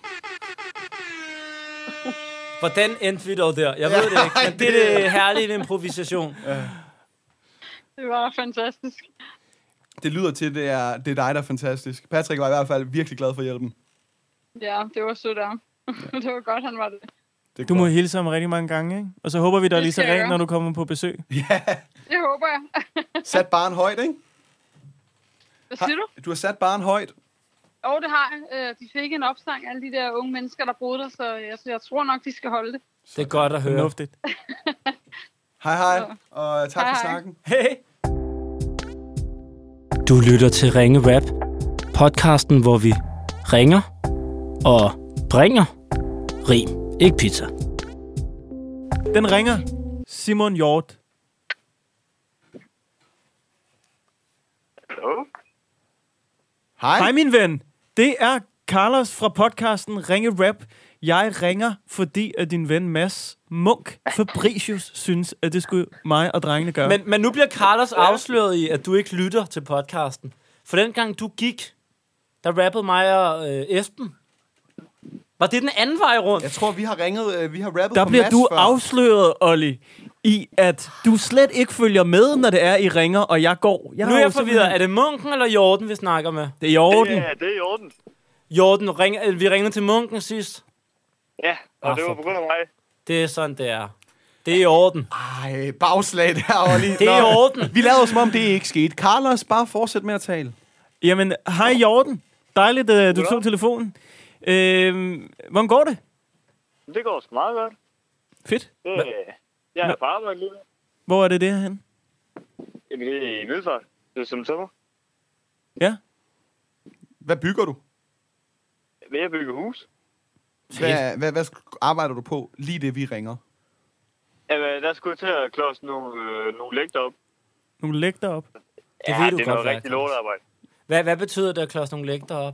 Hvordan endte vi dog der? Jeg ved det ikke, men det er det herlige improvisation. Ja. Det var fantastisk. Det lyder til, det er dig, der er fantastisk. Patrick var i hvert fald virkelig glad for hjælpen. Ja, det var sødt af. Det var godt, han var det. Du må hilse ham rigtig mange gange, ikke? Og så håber vi, der er lige så rent, når du kommer på besøg. Ja. Det håber jeg. Sat barn højt, ikke? Hvad siger du? Du har sat barn højt. Det har jeg. De fik en opsang, alle de der unge mennesker, der boede der, så jeg tror nok, de skal holde det. Det er godt at høre. Fornuftigt. Hej, og tak for snakken. Hey. Du lytter til Ringe Rap, podcasten, hvor vi ringer og bringer rim, ikke pizza. Den ringer Simon Hjort. Hallo? Hej min ven. Det er Carlos fra podcasten Ringe Rap. Jeg ringer, fordi at din ven Mads Munk Fabricius synes, at det skulle mig og drengene gøre. Men nu bliver Carlos afsløret i, at du ikke lytter til podcasten. For den gang du gik, der rappede mig og Esben. Var det den anden vej rundt? Jeg tror, vi har ringet, vi har rappet der på bliver Mads du før. Afsløret, Olli, i at du slet ikke følger med, når det er, I ringer, og jeg går. Nu er jeg forvirret. Er det Munken eller Hjorten, vi snakker med? Det er Hjorten. Ja, det er Hjorten. Hjorten, vi ringede til Munken sidst. Ja, og det var på grund af mig. Det er sådan, det er. Det er i orden. Ej, bagslag der, Olli. Det er i orden. Vi lavede som om, det ikke skete. Carlos, bare fortsæt med at tale. Jamen, hej Hjorten. Dejligt, du tog telefonen. Hvordan går det? Det går sgu meget godt. Fedt. Jeg er på arbejde lige. Hvor er det henne? Jamen, det er i Middelfart. Det er som sommer. Ja. Hvad bygger du? Jeg bygger hus. Hvad arbejder du på lige det, vi ringer? Jamen, der skulle jeg til at klodse nogle lægter op. Nogle lægter op? Det ja, ved du det er godt, noget rigtig lortearbejde. Hvad betyder det at klodse nogle lægter op?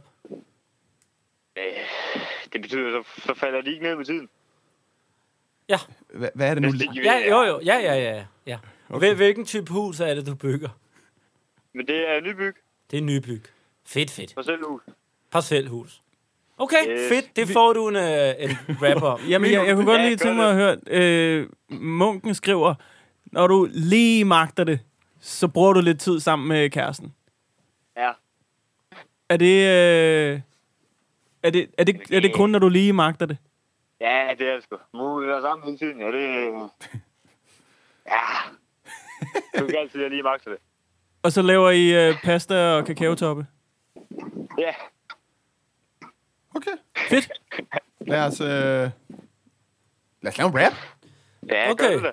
Det betyder, så falder de ikke ned med tiden. Ja. Hvad er det nu? Jo. Ja. Okay. Hvilken type hus er det, du bygger? Men det er nybyg. Det er nybyg. Fedt. Parcelhus. Parcelhus. Okay, fedt. Det får du en rapper om. Jamen, jeg kunne godt lige tænke mig at høre. Munken skriver, når du lige magter det, så bruger du lidt tid sammen med kæresten. Ja. Er det kun, når du lige magter det? Ja, det er det sgu. Nu er vi sammen hele tiden, ja. Ja. Du kan altid lige magte det. Og så laver I pasta og kakaotoppe? Ja. Okay. Fedt. Lad os lave en rap. Ja, okay. Gør det.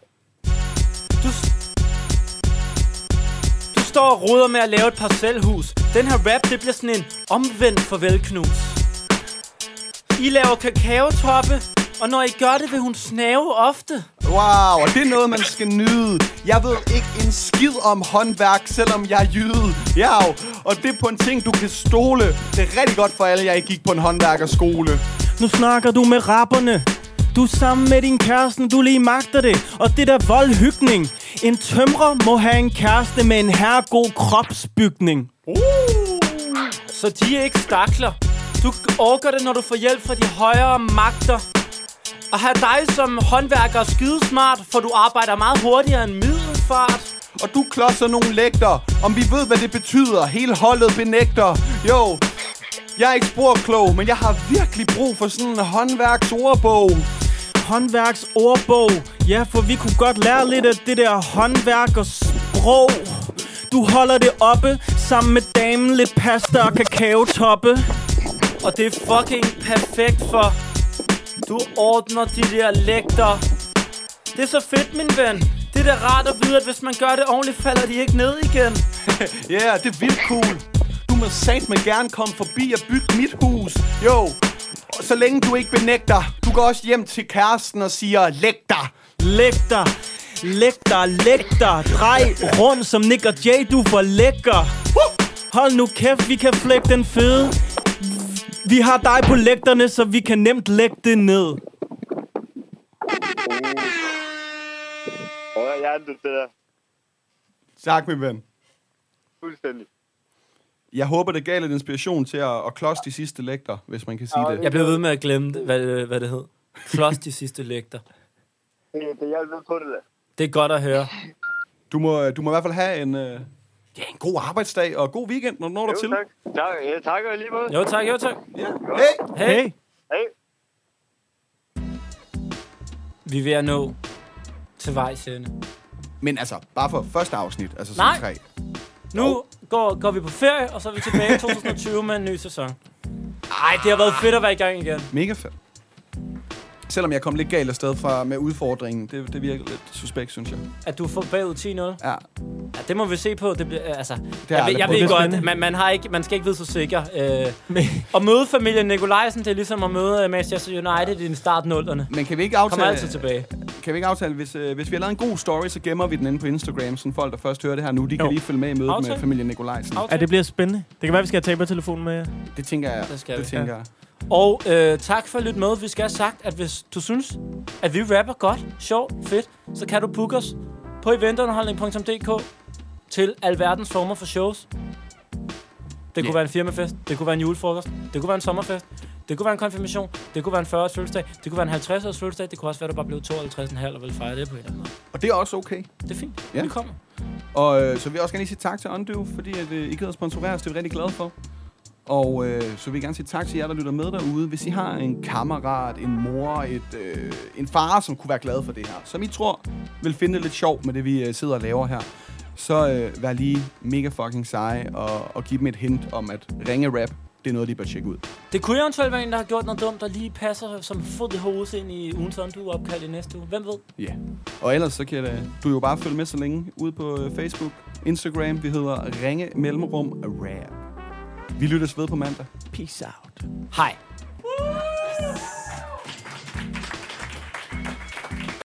Du står og roder med at lave et parcelhus. Den her rap, det bliver sådan en omvendt farvelknus. I laver kakaotoppe, og når I gør det, vil hun snave ofte. Wow, og det er noget, man skal nyde. Jeg ved ikke en skid om håndværk, selvom jeg er jyde. Ja, og det er på en ting, du kan stole. Det er rigtig godt for alle, jeg ikke gik på en håndværkerskole. Nu snakker du med rapperne. Du er sammen med din kæreste, du lige magter det. Og det der voldhygning. En tømrer må have en kæreste med en herregod kropsbygning. Så de er ikke stakler. Du orker det, når du får hjælp fra de højere magter. Og have dig som håndværker er skidesmart, for du arbejder meget hurtigere end middelfart. Og du klodser nogle lægter. Om vi ved, hvad det betyder, hele holdet benægter. Jo, jeg er ikke sporklog, men jeg har virkelig brug for sådan en håndværksordbog. Håndværksordbog? Ja, for vi kunne godt lære lidt af det der håndværkersprog. Du holder det oppe, sammen med damen, lidt pasta og kakaotoppe. Og det er fucking perfekt, for du ordner de der lægter. Det er så fedt, min ven. Det er da rart at vide, at hvis man gør det ordentligt, falder de ikke ned igen. Ja, det er vildt cool. Du må satme gerne komme forbi og bygge mit hus. Jo, så længe du ikke benægter. Du går også hjem til kæresten og siger, læg dig. Læg dig. Læg dig, læg dig. Drej rundt som Nick og Jay, du for lækker. Hold nu kæft, vi kan flække den fede. Vi har dig på lægterne, så vi kan nemt lægge det ned. Ja, det der. Tak, min ven. Fuldstændig. Jeg håber, det gav lidt inspiration til at klods de sidste lægter, hvis man kan sige det. Jeg blev ved med at glemme, hvad det hed. Klods de sidste lægter. Det hjælper med på det der. Det er godt at høre. Du må i hvert fald have en god arbejdsdag og god weekend, når du når der til. Tak lige måde. Jo tak. Ja. Hey. Vi er ved at nå til vejs ende. Men altså, bare for første afsnit, altså Nej. 3. Nu går vi på ferie, og så er vi tilbage i 2020 med en ny sæson. Ej, det har været fedt at være i gang igen. Mega fedt. Selvom jeg kom lidt galt afsted med udfordringen. Det virker lidt suspekt, synes jeg. At du får bagud 10-0? Ja. Det må vi se på. Det bliver, altså, jeg ved godt, man skal ikke vide så sikker. At møde familien Nikolajsen, det er ligesom at møde Manchester United i den start 0'erne. Men kan vi ikke aftale... Kommer altid tilbage. Kan vi ikke aftale, hvis vi har lavet en god story, så gemmer vi den inde på Instagram, så folk, der først hører det her nu, de kan lige følge med i mødet med familien Nikolajsen. Ja, det bliver spændende. Det kan være, vi skal have tabertelefonen med jer. Det tænker jeg. Det tænker jeg. Og tak for at lytte med. Vi skal have sagt, at hvis du synes, at vi rapper godt, sjovt, fedt, så kan du booke os på eventunderholdning.dk til alverdens former for shows. Det kunne være en firmafest, det kunne være en julefrokost, det kunne være en sommerfest, det kunne være en konfirmation, det kunne være en 40-års fødselsdag, det kunne være en 50-års fødselsdag, det kunne også være, at du bare blev 52,5 og ville fejre det på en eller anden måde. Og det er også okay. Det er fint. Ja. Vi kommer. Og så vil jeg også gerne lige sige tak til Undo, fordi at I gider sponsorere os. Det er vi rigtig glade for. Og så vil jeg gerne sige tak til jer, der lytter med derude. Hvis I har en kammerat, en mor, en far, som kunne være glad for det her, som I tror vil finde det lidt sjovt med det, vi sidder og laver her, så vær lige mega fucking seje og give dem et hint om, at ringe-rap, det er noget, de bør tjekke ud. Det kunne eventuelt være en, der har gjort noget dumt, der lige passer som fod i hovedet ind i ugens Undo-opkald i næste uge. Hvem ved? Ja. Yeah. Og ellers så kan du jo bare følge med så længe ude på Facebook, Instagram. Vi hedder Ringe Mellemrum Rap. Vi lyttes ved på mandag. Peace out. Hej.